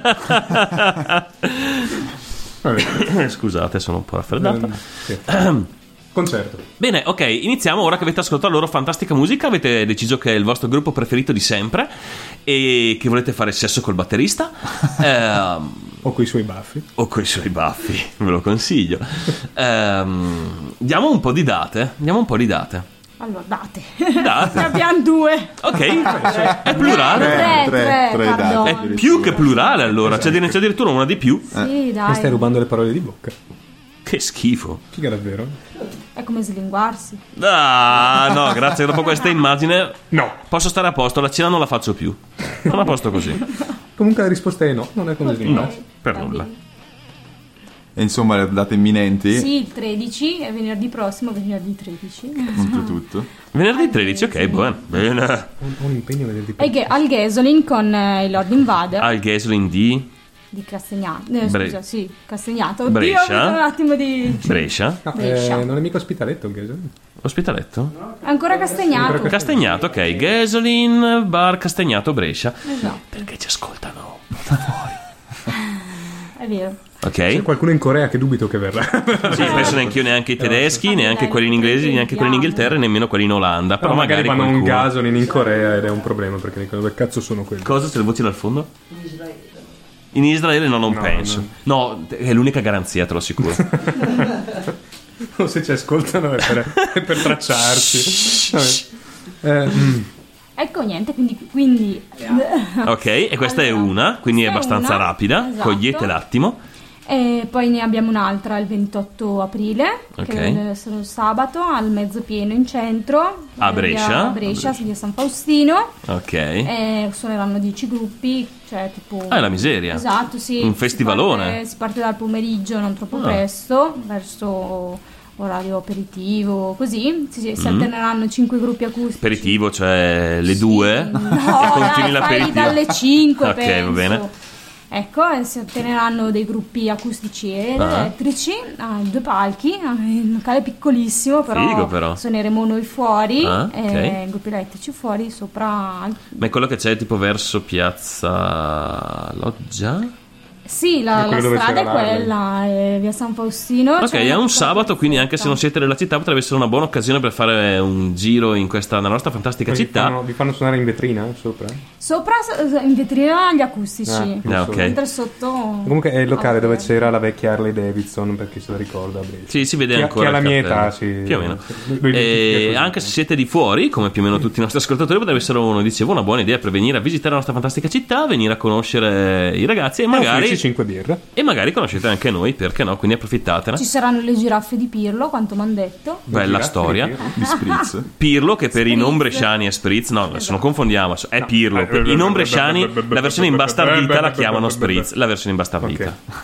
Vabbè, Scusate, sono un po' raffreddato. ehm, sì. Concerto. Bene, ok, iniziamo. Ora che avete ascoltato la loro fantastica musica, avete deciso che è il vostro gruppo preferito di sempre e che volete fare sesso col batterista ehm, O coi suoi baffi. o coi suoi baffi, ve lo consiglio. Ehm, diamo un po' di date. Diamo un po' di date. Allora, date. Date. Ne abbiamo due. Ok, è plurale. Tre, tre, tre pardon. date. È più che plurale allora. C'è c'è addirittura una di più. Sì, Mi dai. stai rubando le parole di bocca. Che schifo. Figa davvero? È come slinguarsi. Ah, no, grazie. Dopo questa immagine No. posso stare a posto. La cena non la faccio più. Sono a posto così. Comunque la risposta è no, non è come No, si per Va nulla. bene. E insomma, le date imminenti. Sì, il tredici e venerdì prossimo, venerdì tredici. Tutto, tutto. Venerdì tredici, ok, buono. Bene. Ho un impegno a vederti E che- al Gasolin con eh, il Lord Invader Al Gasoline di di Castagnato. Eh, Bre- scusa, sì, Castagnato. Oddio, Brescia? ho avuto un attimo di. Brescia. No, Brescia. eh, non è mica ospitaletto il Gasolin. Ospitaletto? Ancora Castagnato. Castagnato, ok. Gasoline, bar Castagnato, Brescia. Esatto, Perché ci ascoltano. è vero. Ok? C'è qualcuno in Corea che dubito che verrà. Sì, penso neanche io, neanche i tedeschi, neanche quelli in inglese, neanche quelli in Inghilterra e nemmeno quelli in Olanda. Però, Però magari, magari, vanno un qualcuno. Gasolin in Corea ed è un problema perché dicono dove cazzo sono quelli. Cosa? C'è le voci dal fondo? In Israele no, non No, penso. No, è l'unica garanzia, te lo assicuro. o se ci ascoltano è per, è per tracciarci. Vabbè. Eh, mm. Ecco, niente, quindi... quindi Ok, e questa allora, è una, quindi è questa abbastanza una, rapida. esatto. Cogliete l'attimo. E poi ne abbiamo un'altra il ventotto aprile, Ok. che deve essere il sabato, al mezzopieno in centro. A eh, Brescia? via- A Brescia, via San Faustino. Ok. E suoneranno dieci gruppi, cioè tipo... Ah, è la miseria. Esatto, sì. Un Si festivalone. parte, si parte dal pomeriggio, non troppo Ah. presto, verso orario aperitivo, così. Si, si Mm. alterneranno cinque gruppi acustici. Aperitivo, cioè le Sì, due? no, Che continui dai, l'aperitivo. fai dalle cinque, Ok, penso. va bene. Ecco, e si otteneranno dei gruppi acustici ed Ah. elettrici, ah, due palchi, ah, un locale piccolissimo, però, Figo, però. suoneremo noi fuori, Ah, ok. e gruppi elettrici fuori, sopra... Ma è quello che c'è tipo verso Piazza Loggia? Sì, la, È la quello dove strada è c'era l'Harley. quella, è via San Faustino. Ok, c'è è una un strada sabato, quindi anche se non perfetta. siete nella città potrebbe essere una buona occasione per fare un giro in questa nella nostra fantastica Vi città. fanno, vi fanno suonare in vetrina sopra? Sopra, s- in vetrina, gli acustici. Ah, Ah, ok. Mentre sotto... Comunque è il locale Ah, dove ok. c'era la vecchia Harley Davidson, per chi se la ricorda a Brescia. Sì, si vede Chi ha- ancora. chi ha la il mia cartello. età, sì. Più o meno. Lui- lui E identifica così. anche se siete di fuori, come più o meno tutti i nostri ascoltatori, potrebbe essere, uno dicevo, una buona idea per venire a visitare la nostra fantastica città, venire a conoscere i ragazzi e magari, offrirci cinque birre. e magari conoscete anche noi, perché no? Quindi approfittatene. Ci saranno le giraffe di Pirlo, quanto mi hanno detto. Bella Giraffe storia. di birre. Di spritz. Pirlo, che per i non Spritz. bresciani è Spritz, no, adesso non confondiamo, è Pirlo. Eh, Per i non bresciani la versione imbastardita la chiamano Spritz, la versione imbastardita. Ok.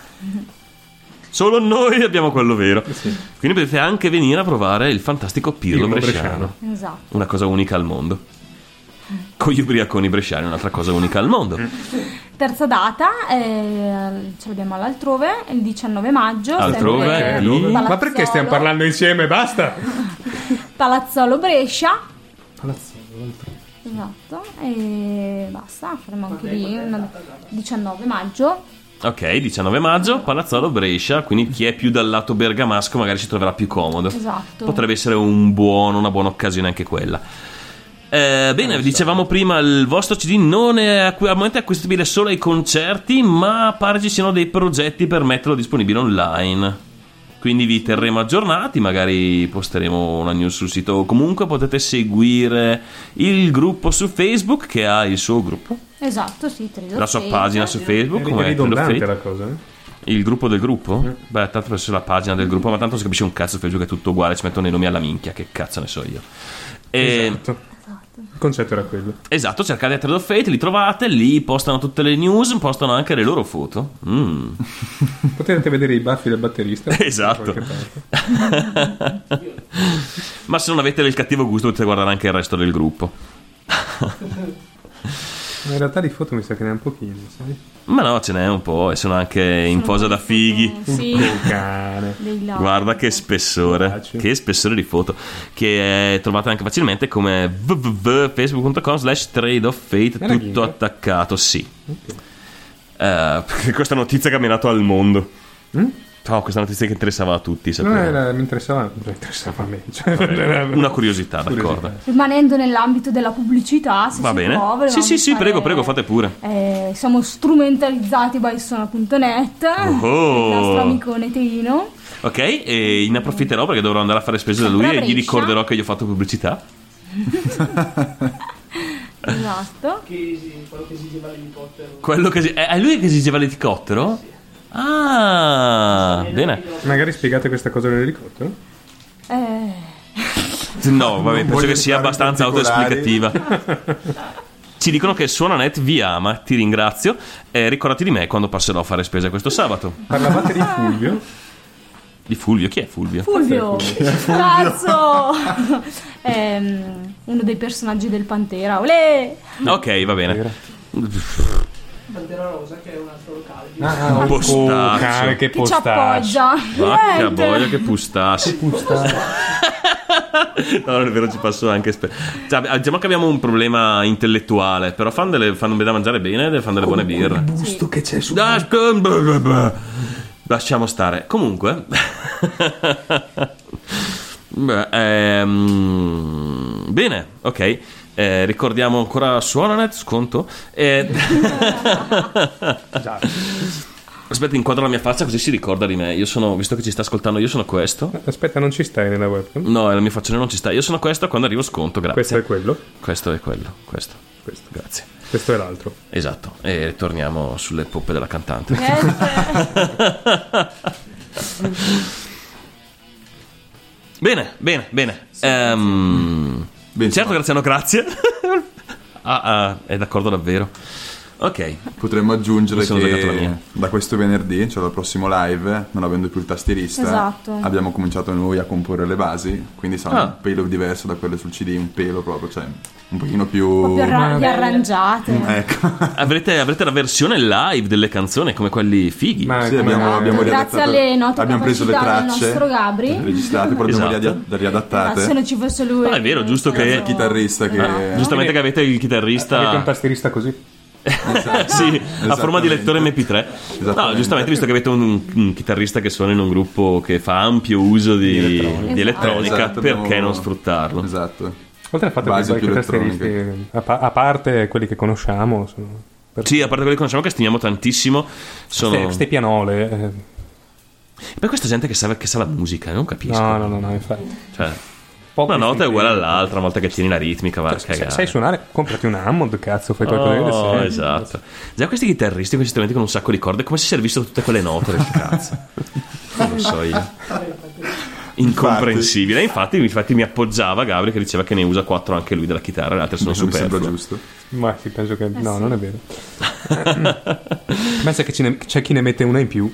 Solo noi abbiamo quello vero. Quindi potete anche venire a provare il fantastico Pirlo, Pirlo bresciano. bresciano. Esatto. Una cosa unica al mondo. Con gli ubriaconi bresciani, un'altra cosa unica al mondo. Terza data, eh, ce l'abbiamo all'altrove, il diciannove maggio. Altrove? sempre Eh, al dove? Palazzolo- Ma perché stiamo parlando insieme? Basta! Palazzolo Brescia. Esatto, e basta, faremo anche lì una- diciannove maggio. Ok, diciannove maggio, Palazzolo Brescia, quindi chi è più dal lato bergamasco magari si troverà più comodo. Esatto. Potrebbe essere un buono, una buona occasione anche quella. Eh, bene, dicevamo prima, il vostro C D non è acqu- al momento è acquistabile solo ai concerti, ma pare ci siano dei progetti per metterlo disponibile online. Quindi vi terremo aggiornati, magari posteremo una news sul sito. Comunque potete seguire il gruppo su Facebook, che ha il suo gruppo, Esatto, sì, Trido la sua Fate. pagina su Facebook, È come ridondante Trido la Fate. cosa, eh? Il gruppo del gruppo? Beh, tanto per essere la pagina del gruppo, ma tanto non si capisce un cazzo, Facebook è tutto uguale, ci mettono i nomi alla minchia, che cazzo ne so io. E... Esatto. Il concetto era quello. Esatto, cercate Thread of Fate, li trovate, lì postano tutte le news, postano anche le loro foto. Mm. Potete vedere i baffi del batterista. Esatto. Da qualche parte. Ma se non avete del cattivo gusto potete guardare anche il resto del gruppo. Ma in realtà di foto mi sa che ne ha un pochino, sai? Ma no, ce n'è un po', e sono anche in posa da fighi. Sì, Un cane. dei lati. Guarda che spessore, Piace. che spessore di foto, che è, trovate anche facilmente come w w w punto facebook punto com slash trade of fate, Era tutto ghigno? attaccato, sì. Eh, perché questa notizia che ha minato al mondo. No, questa notizia che interessava a tutti, No, sapete. era, mi interessava, mi interessava a me. Cioè, era- Una curiosità, d'accordo. Curiosità. Rimanendo nell'ambito della pubblicità, se Va si bene. può, volevamo Sì, sì, sì, fare- prego, prego, fate pure. Eh, siamo strumentalizzati by Sona punto net, Oh. il nostro amico Neteino. Ok, e ne approfitterò perché dovrò andare a fare spese da lui Sempre a e gli Brescia. ricorderò che gli ho fatto pubblicità. Esatto. Che esi- quello che esigeva l'elicottero. Quello che... È lui che esigeva l'elicottero? Ah, bene. Magari spiegate questa cosa nell'elicottero? Eh, No, vabbè, penso voglio che sia entrare in abbastanza particolari. autoesplicativa. Ci dicono che Suonanet vi ama, ti ringrazio. E ricordati di me quando passerò a fare spese questo sabato. Parlavate di Fulvio? Di Fulvio, chi è Fulvio? Fulvio, cazzo! Ehm, uno dei personaggi del Pantera. Olè! Ok, va bene. Pantera Rosa, che è un altro locale. di- Ah, un Postaccio. cane che Che ci postaccio. appoggia. Vacca Niente. boia che pustassi. No, non è vero, ci passo anche spe- cioè, diciamo che abbiamo un problema intellettuale, però fanno delle fanno da mangiare bene, fanno delle buone birre. Gusto che c'è su. Dai, scom- blah, blah, blah. Lasciamo stare. Comunque Beh, ehm, bene, ok. Eh, ricordiamo ancora Suonanet, sconto. Eh, Aspetta, inquadro la mia faccia così si ricorda di me. Io sono, visto che ci sta ascoltando, io sono questo. Aspetta, non ci stai nella webcam? No, la mia faccia non ci sta. Io sono questo, quando arrivo sconto, grazie. Questo è quello? Questo è quello, questo. Questo. Grazie. Questo è l'altro. Esatto, e torniamo sulle poppe della cantante. Bene, bene, bene. Ehm, certo, Graziano, grazie. ah, ah, è d'accordo davvero. Ok. Potremmo aggiungere Mi sono giocato la che mia. da questo venerdì, cioè dal prossimo live, non avendo più il tastierista, Esatto. abbiamo cominciato noi a comporre le basi, quindi sarà Ah. un pelo diverso da quelle sul C D, un pelo proprio, cioè un pochino più... Un po' più arra- riarrangiate. Ecco. Avrete, avrete la versione live delle canzoni come quelli fighi. Ma Sì, come- abbiamo, abbiamo Grazie riadattato- alle note abbiamo preso le capacità del tracce nostro Gabri. registrate, poi le abbiamo Esatto. riad- riadattate. Ma se non ci fosse lui. No, è vero, giusto che- Il chitarrista che... Ah, giustamente che avete il Avete un chitarrista. tastierista così? Sì, a forma di lettore M P tre. No, Esattamente. giustamente, visto che avete un, un chitarrista che suona in un gruppo che fa ampio uso di, elettronica. di elettronica, Esatto, perché abbiamo- non sfruttarlo? Esatto. Oltre al fatto Basi che più i tastieristi, a, pa- a parte quelli che conosciamo, sono... per- Sì, a parte quelli che conosciamo, che stimiamo tantissimo, sono. Ste, ste pianole. eh. Per questa gente che sa, che sa la musica, non capisco. No, no, no, no, infatti. Cioè, Poco una nota è uguale istintivo. all'altra, una volta che tieni la ritmica, va a Cioè, cagare. sai suonare? Comprati un Hammond, cazzo, fai qualcosa di Oh, decente. esatto. Già questi chitarristi, questi strumenti con un sacco di corde, come si servissero tutte quelle note del cazzo? Non lo so io. Incomprensibile. Infatti, infatti mi appoggiava Gabri che diceva che ne usa quattro anche lui della chitarra, le altre sono Mi sembra superflue. giusto. Ma sì, penso che... No, sì. non è vero. Pensa che ce ne- c'è chi ne mette una in più.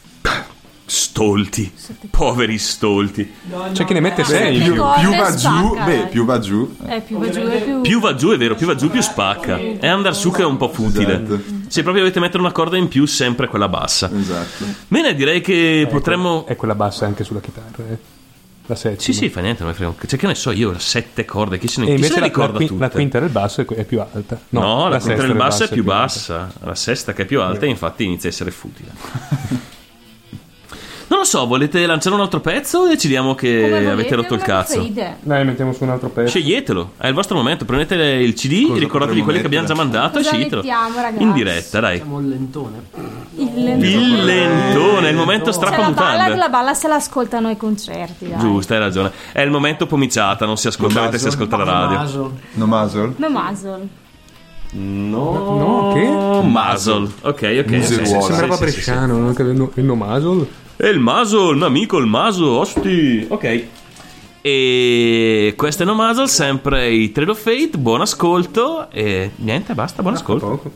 Stolti, poveri stolti. C'è chi ne mette sei in Più più. corde Più va giù, spacca, beh, dai. più va giù. Eh, più va giù e più. Più va giù, è vero, più va giù più spacca. È andare su che è un po' futile. Esatto. Se proprio dovete mettere una corda in più, sempre quella bassa. Esatto. Bene, direi che potremmo. È quella bassa anche sulla chitarra, eh. La settima. Sì, sì, fa niente, non mi frega. Cioè, che ne so io, sette corde, chi se ne, E chi se invece ne la, la, ricorda qui- tutte? la quinta del basso è, è più alta. No, No, la, quinta del basso è più alta. bassa, la sesta che è più alta, e infatti inizia a essere futile. Non lo so, volete lanciare un altro pezzo o decidiamo che Come volete, avete rotto il non ho cazzo? idea. Dai, mettiamo su un altro pezzo. Sceglietelo, è il vostro momento. Prendete il C D, Cosa ricordatevi potremmo quelli che abbiamo già mettere? mandato Cosa e sceglietelo. mettiamo, ragazzi? In diretta, dai. Siamo il lentone. Il lentone. Il lentone, è il momento Se la balla, strapamutande. la balla se l'ascoltano ai concerti, dai. Giusto, hai ragione. È il momento pomiciata, non si ascolta, mentre si ascolta la radio. Maso. No muzzle? No muzzle. No, No, che? Muzzle. Ok, ok. Museruola. sì, sì, sì, Sembrava sì, sì, sì. bresciano, non capivo il no muzzle. E il Maso, il mio amico, il Maso, osti. Ok. E questo è No Muzzle, sempre i Trade of Fate. Buon ascolto. E niente, basta, buon ascolto. Poco.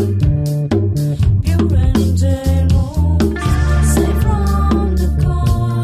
Più ingenuo, sei from the core.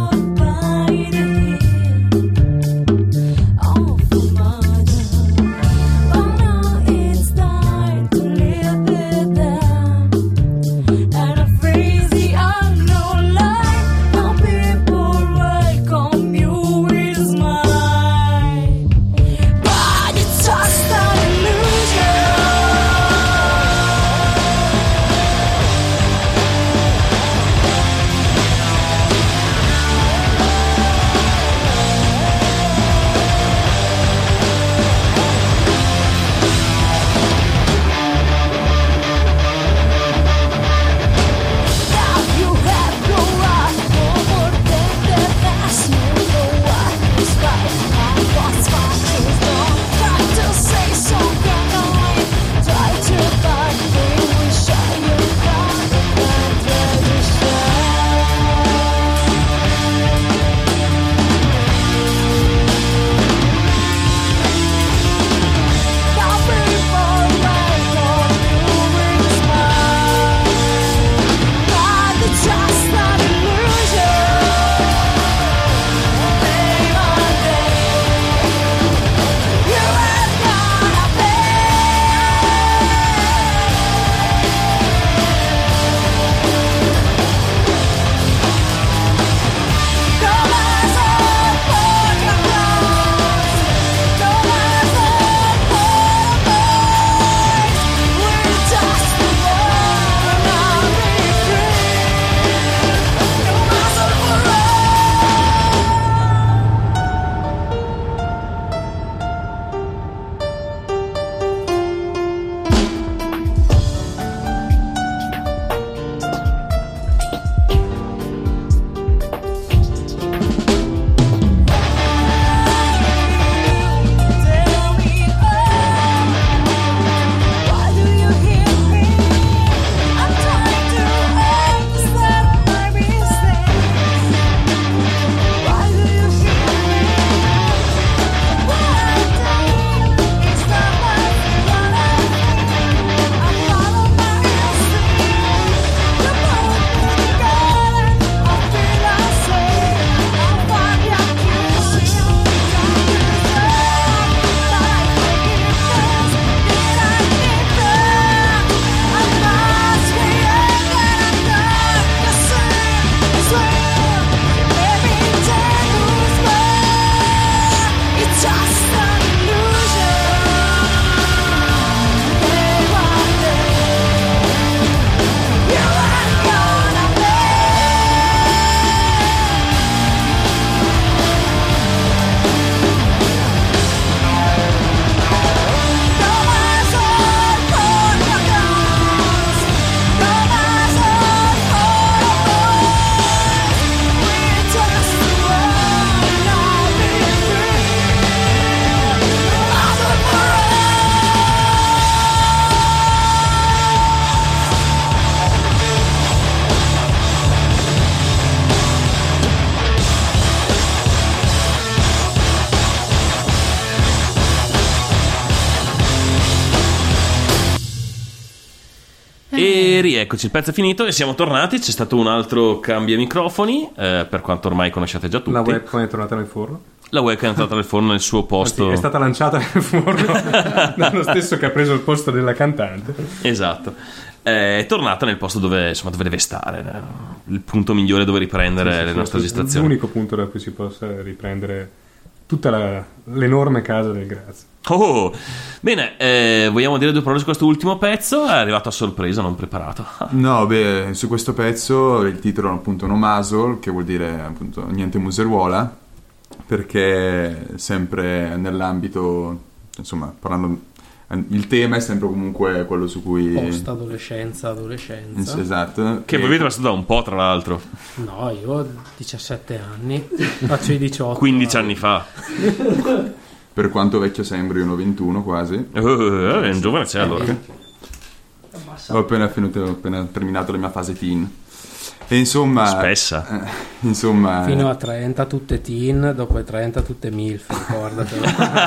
rieccoci, il pezzo è finito e siamo tornati. C'è stato un altro cambio microfoni, eh, per quanto ormai conosciate già tutti. La webcam è tornata nel forno. La webcam è entrata nel forno nel suo posto. Anzi, è stata lanciata nel forno dallo stesso che ha preso il posto della cantante. Esatto. È tornata nel posto dove, insomma, dove deve stare, il punto migliore dove riprendere Sì, sì, le sì, nostre sì, registrazioni. L'unico punto da cui si possa riprendere tutta la- l'enorme casa del Graz. Oh, bene, eh, vogliamo dire due parole su questo ultimo pezzo? È arrivato a sorpresa, non preparato. No, beh, su questo pezzo il titolo è appunto No Muzzle, che vuol dire appunto niente museruola, perché sempre nell'ambito, insomma, parlando, il tema è sempre comunque quello su cui... Post adolescenza, adolescenza. Esatto. Che voi avete passato da un po', tra l'altro. No, io ho diciassette anni, faccio i diciotto. quindici anni fa. Per quanto vecchio sembri, io ne ho ventuno quasi. Uh, è un giovane c'è allora. Ho appena, finito, ho appena terminato la mia fase teen. E insomma... Spessa. eh, insomma... Fino a trenta tutte teen, dopo i trenta tutte milf, ricordatelo.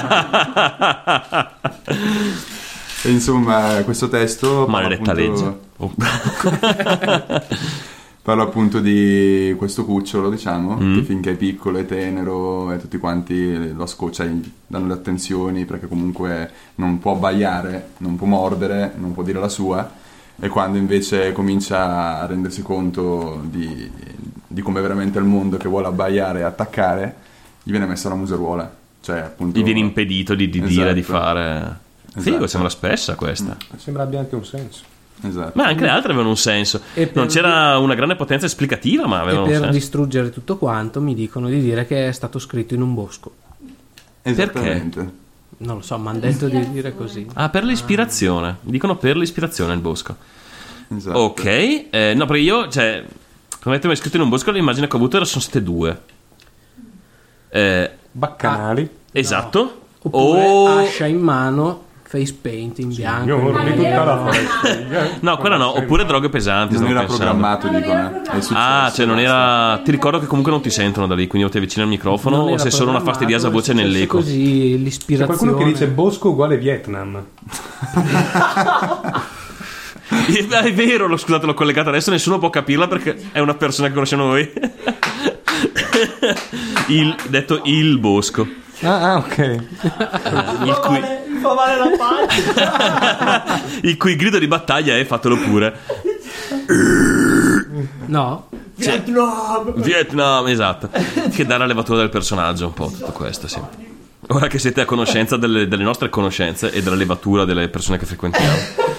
E insomma, questo testo... parla Maledetta appunto- legge. Oh. Parlo appunto di questo cucciolo, diciamo, Mm. che finché è piccolo e tenero e tutti quanti lo ascoltano, danno le attenzioni perché comunque non può abbaiare, non può mordere, non può dire la sua, e quando invece comincia a rendersi conto di, di come è veramente il mondo, che vuole abbaiare e attaccare, gli viene messa la museruola. Cioè, appunto... Gli viene impedito di, di dire, di Esatto. fare. Figo, Esatto. sembra spessa questa. Sembra abbia anche un senso. Esatto. Ma anche le altre avevano un senso. E per- Non c'era una grande potenza esplicativa, ma E avevano un per senso. distruggere tutto quanto mi dicono di dire che è stato scritto in un bosco. Esattamente. Non lo so, mi hanno detto di dire così. Ah, per l'ispirazione. Dicono per l'ispirazione il bosco. Esatto. Ok. Eh, no, perché io, cioè, come avete mai scritto in un bosco, l'immagine che ho avuto era sono state due. Eh, Baccanali. esatto. Oppure O... ascia in mano, face paint in bianco. Signor di tutta la foresta. No, quella no. Oppure droghe pesanti. Non stavo era pensando. programmato, dicono. eh. È successo, Ah, cioè non basta. era. Ti ricordo che comunque non ti sentono da lì, quindi o ti avvicini al microfono Non o era sei solo una programmato, fastidiosa è voce successo nell'eco. Così C'è l'ispirazione. qualcuno che dice Bosco uguale Vietnam. È vero, lo, scusate, l'ho collegata adesso, nessuno può capirla perché è una persona che conosciamo noi. Il, detto il bosco. Ah, ah, ok. Il cui, Mi fa male la pancia. il cui grido di battaglia è fatelo pure. No, Vietnam. Vietnam, esatto. Che dà la levatura del personaggio, un po' tutto questo, sì. Ora che siete a conoscenza delle, delle nostre conoscenze e della levatura delle persone che frequentiamo.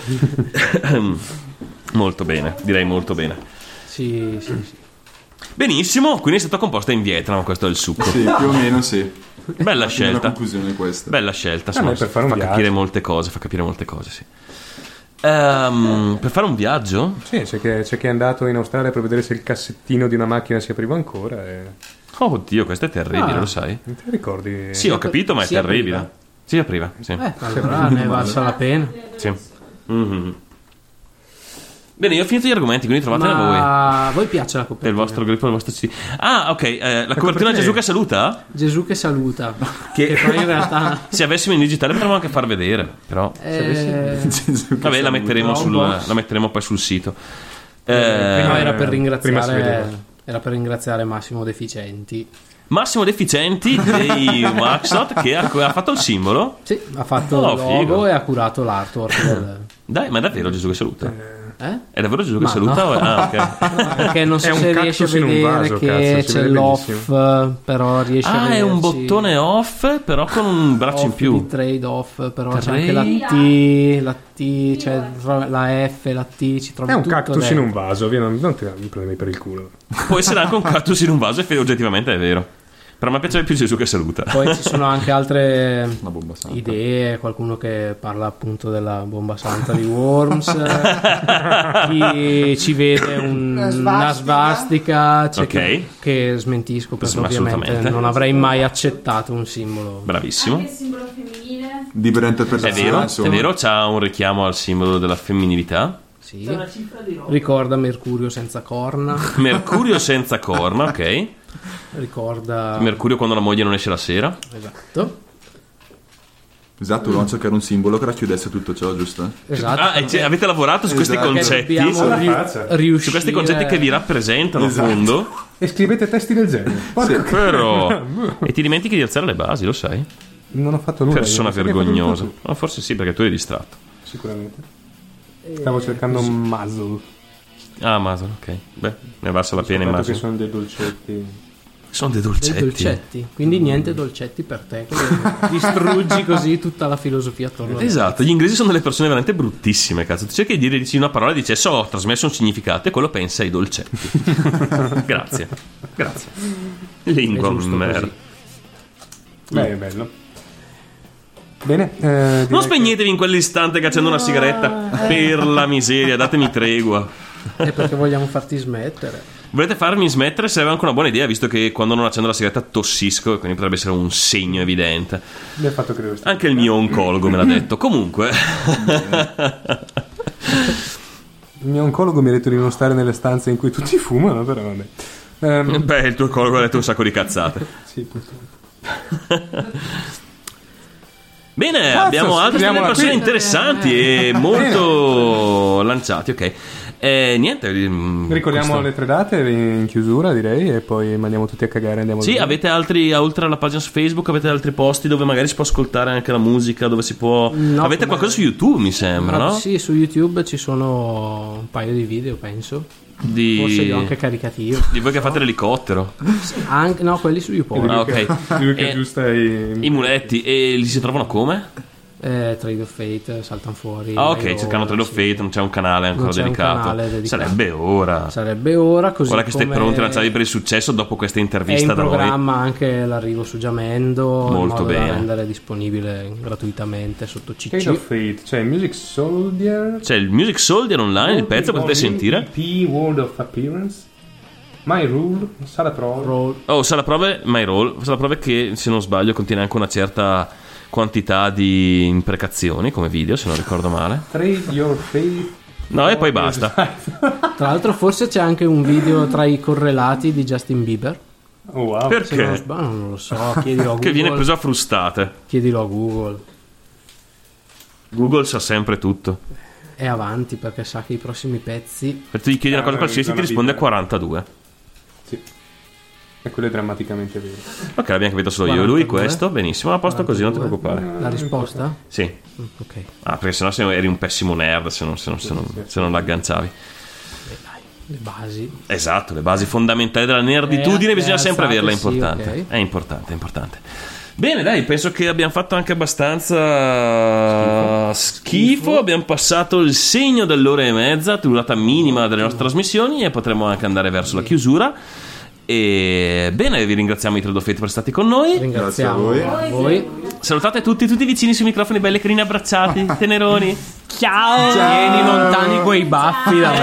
Molto bene, direi molto bene. sì, sì, sì. Benissimo, quindi è stata composta in Vietnam, questo è il succo. Sì, più o meno sì. Bella Una scelta. conclusione è questa. Bella scelta, Ah, insomma, beh, per fare un fa viaggio. capire molte cose, fa capire molte cose, sì. Ehm, per fare un viaggio? Sì, c'è che, c'è chi è andato in Australia per vedere se il cassettino di una macchina si apriva ancora. E... Oh, oddio, questo è terribile, Ah. lo sai? Non ti ricordi? Sì, ho capito, ma è Si terribile. apriva? Si apriva, sì. Eh, allora ne è valsa la pena. Sì. Mhm. Bene, io ho finito gli argomenti, quindi trovatene voi. Ma a voi piace la Del copertina? vostro gruppo, del vostro C D. Ah, ok, eh, la copertina copertina Gesù è- che saluta? Gesù che saluta. Che- Che poi in realtà... Se avessimo in digitale potremmo anche far vedere, però... eh, Vabbè, la metteremo, no, sul, un po'. la metteremo poi sul sito. Eh, no, era per prima si vedeva. ringraziare... Era per ringraziare Massimo Deficienti. Massimo Deficienti dei Maxot che ha, ha fatto il simbolo. Sì, ha fatto Oh, il logo figo. e ha curato l'artwork del... Dai, ma è davvero Gesù che saluta? Eh? È davvero Gesù che Ma saluta? no. o- Ah, ok. Perché non so È un se riesce a cactus in un vedere vaso, che cazzo, si c'è vede l'off, però riesce a Ah, vederci è un bottone off, però con un braccio in off più. di trade off, però c'è Trade? anche la T, la T, c'è la F, la T, ci trovi È un tutto cactus dentro. in un vaso, via, non, non ti mi prendevi per il culo. Può essere anche un cactus in un vaso, e oggettivamente è vero. Però a me piaceva più Gesù che saluta. Poi ci sono anche altre Una bomba santa. idee, qualcuno che parla appunto della bomba santa di Worms, chi ci vede un- Una una svastica. svastica, c'è Ok. che, che smentisco perché Insomma, ovviamente assolutamente. non avrei mai accettato un simbolo. Bravissimo. Anche il simbolo femminile. Libera È interpretazione, vero, insomma. è vero, c'ha un richiamo al simbolo della femminilità. Sì. C'è una cifra di roba. Ricorda Mercurio senza corna, Mercurio senza corna, ok. ricorda Mercurio quando la moglie non esce la sera. esatto. Esatto, dobbiamo cercare un simbolo che racchiudesse tutto ciò, giusto? Esatto. Ah, e cioè, avete lavorato su questi Esatto. concetti? Dobbiamo Alla ri- faccia. riuscire Su questi concetti che vi rappresentano Esatto. a fondo? E scrivete testi del genere. Porca- Però. E ti dimentichi di alzare le basi, lo sai? Non ho fatto nulla. Persona io, sai che hai fatto vergognosa. tutto tu, Ma forse sì, perché tu eri distratto. Sicuramente. Stavo cercando un muzzle. Ah, ma ok. Beh, ne valsa la pena, Dato che immagino. sono dei dolcetti. Sono dei dei dolcetti. dolcetti. Quindi niente dolcetti per te. che distruggi così tutta la filosofia attorno a Esatto, gli inglesi sono delle persone veramente bruttissime, cazzo. Tu cerchi di dire dici una parola e dici so, ho trasmesso un significato e quello pensa ai dolcetti. Grazie. Grazie. Lingua È giusto merda. così. Beh, è bello. Bene. eh, direi Non che- spegnetevi in quell'istante che accendo una sigaretta. Per la miseria, datemi tregua. È perché vogliamo farti smettere. Volete farmi smettere? Sarebbe anche una buona idea, visto che quando non accendo la sigaretta tossisco, e quindi potrebbe essere un segno evidente. Mi ha fatto credere. Anche il mio oncologo me l'ha detto. Comunque, Il mio oncologo mi ha detto di non stare nelle stanze in cui tutti fumano, però vabbè. Ehm, beh, il tuo oncologo ha detto un sacco di cazzate. sì, purtroppo. Bene, Cazzo, abbiamo altre chiudiamola persone qui. interessanti e molto lanciati, ok. Eh, niente, mm, Ricordiamo questo- le tre date in chiusura, direi, e poi mandiamo tutti a cagare e andiamo Sì, via. avete altri, oltre alla pagina su Facebook, avete altri posti dove magari si può ascoltare anche la musica, dove si può... No, avete come- qualcosa su YouTube, mi sembra, Ah, no? Sì, su YouTube ci sono un paio di video, penso. Di... Forse li ho anche caricati io. di voi che fate l'elicottero. Anche, no, quelli su Di YouPorn. lui Ah, che- ok. di lui che Eh, aggiusta i... I muletti, e li si trovano come? Eh, Trade of Fate saltano fuori. Ah, ok, Io- cercano Trade of sì. Fate, non c'è un canale ancora Non c'è un dedicato. canale dedicato. Sarebbe ora. Sarebbe ora, così Ora che stai come pronti a lanciarvi per il successo dopo questa è intervista in da noi. programma anche l'arrivo su Jamendo, in Molto modo bene. da rendere disponibile gratuitamente sotto C Shade C. of Fate, cioè Music Soldier. C'è il Music Soldier online, il pezzo potete sentire. E P World of Appearance. My Rule, Sala Pro. Roll. Oh, sa la prove, My Roll, sa la prove che se non sbaglio contiene anche una certa quantità di imprecazioni come video, se non ricordo male. Trade Your Faith. No, e poi basta. Tra l'altro forse c'è anche un video tra i correlati di Justin Bieber. Oh wow. Se non Perché? sbaglio, non lo so, chiedilo a Google. Che viene preso a frustate. Chiedilo a Google. Google sa sempre tutto. È avanti perché sa che i prossimi pezzi. Se tu gli chiedi una cosa Eh, qualsiasi ti una risponde a vita. quarantadue. Sì. E quello è drammaticamente vero. Ok, l'abbiamo capito solo io e lui quarantadue. questo, benissimo, a posto così, non ti quarantadue. preoccupare. La risposta? Sì. Mm, ok. Ah, perché sennò se eri un pessimo nerd se non, se non, se non, se non l'agganciavi. Beh, dai, le basi. Esatto, le basi fondamentali della nerditudine Eh, bisogna eh, sempre alzate, averla, è sì, importante. ok. È importante, è importante. Bene, dai, penso che abbiamo fatto anche abbastanza schifo. Schifo. Abbiamo passato il segno dell'ora e mezza, durata minima delle nostre trasmissioni, e potremo anche andare verso la chiusura. E bene, vi ringraziamo i Trade of Fate per essere stati con noi. Ringraziamo Grazie a voi. Salutate tutti, tutti vicini sui microfoni, belli carini, abbracciati, teneroni. Ciao! Tieni lontani quei baffi da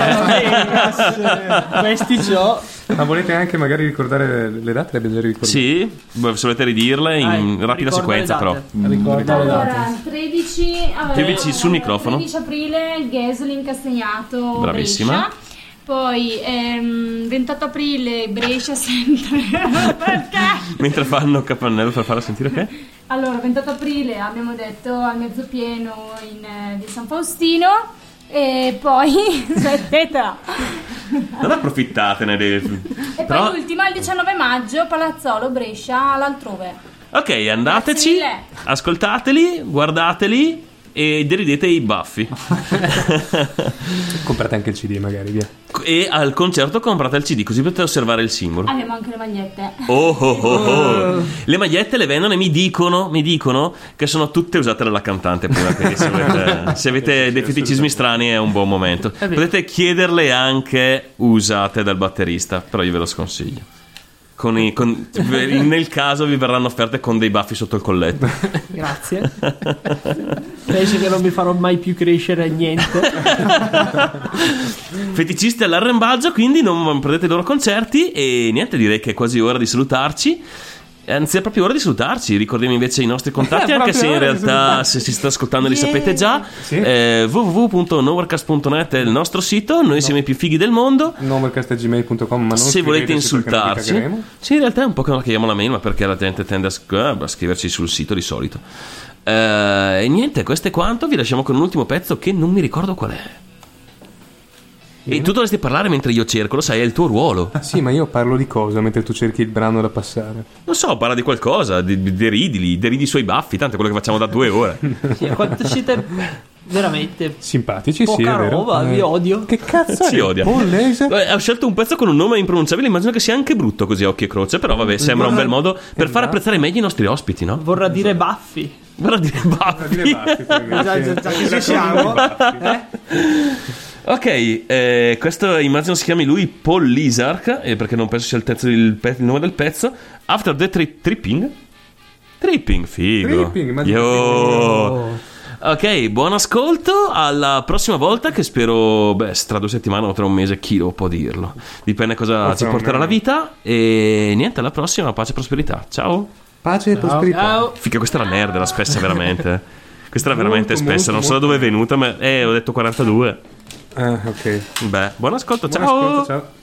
me. Questi c'ho. Ma volete anche magari ricordare le date? Le abbiamo già ricordate? Sì, se volete ridirle in Dai, rapida ricorda sequenza, le però. date. Ricorda le date. Allora, tredici allora, Più vicini sul microfono. tredici aprile Gasoline Castagnato Bravissima. Brescia. Poi ehm, ventotto aprile Brescia sempre. Perché? Mentre fanno capannello per farla sentire che? Allora, ventotto aprile abbiamo detto al mezzo pieno in eh, di San Faustino. E poi aspetta. Non approfittatene dei... E Però- poi l'ultima il diciannove maggio Palazzolo Brescia l'altrove. Ok, andateci, Grazie mille. ascoltateli, guardateli e deridete i baffi. Comprate anche il C D magari, via. E al concerto comprate il C D, così potete osservare il simbolo. Abbiamo anche le magliette. Oh, oh, oh, oh. Le magliette le vendono e mi dicono, mi dicono che sono tutte usate dalla cantante prima, quindi se avete, se avete dei feticismi strani è un buon momento. Potete chiederle anche usate dal batterista, però io ve lo sconsiglio. Con i- con- nel caso vi verranno offerte con dei baffi sotto il colletto. Grazie. Penso che non mi farò mai più crescere niente. Feticisti all'arrembaggio, quindi non perdete i loro concerti. E niente, direi che è quasi ora di salutarci. Anzi, è proprio ora di salutarci. Ricordiamo invece i nostri contatti, È anche proprio se in ora di realtà, salutarci. se si sta ascoltando, li Yeah. sapete già. Sì. Eh, w w w punto nowherecast punto net è il nostro sito. Noi siamo i più fighi del mondo. nomercast punto gmail punto com, ma non Se volete scriveteci perché non vi insultarci, cagheremo. sì, in realtà è un po' che non chiediamo la mail, ma perché la gente tende a, sc- a scriverci sul sito di solito. Eh, e niente, questo è quanto. Vi lasciamo con un ultimo pezzo che non mi ricordo qual è. E tu dovresti parlare mentre io cerco, lo sai, è il tuo ruolo. Ah sì, ma io parlo di cosa mentre tu cerchi il brano da passare? Non so, parla di qualcosa, di- di- deridili, deridi i suoi baffi, tanto è quello che facciamo da due ore. Sì, quanto siete veramente Simpatici, poca sì, è vero. roba, vi Eh, odio. Che cazzo Si è? odia. Paul Laser? Eh, Ho scelto un pezzo con un nome impronunciabile, immagino che sia anche brutto così a occhio e croce, però vabbè, sembra un bel modo per far apprezzare meglio i nostri ospiti, no? Vorrà dire baffi. Vorrà dire baffi. Già, già, già che ci siamo. Eh? Ok, eh, questo immagino si chiami lui Paul Lizark, eh, perché non penso sia il, terzo, il, pe- il nome del pezzo. After the tri- Tripping? Tripping, figo. Tripping, ma- Yo. Ok, buon ascolto. Alla prossima volta, che spero, beh, tra due settimane o tra un mese, chi lo può dirlo. Dipende cosa Forse ci porterà non- la vita. E niente, alla prossima, pace e prosperità. Ciao. Pace e prosperità. Ciao. Figa, questa era nerd, era spessa veramente. Questa era veramente Molto, spessa, molto, non so da molto. dove è venuta, ma eh, ho detto quarantadue. Ah, ok. Beh, buon ascolto, Buon ciao. ascolto, ciao.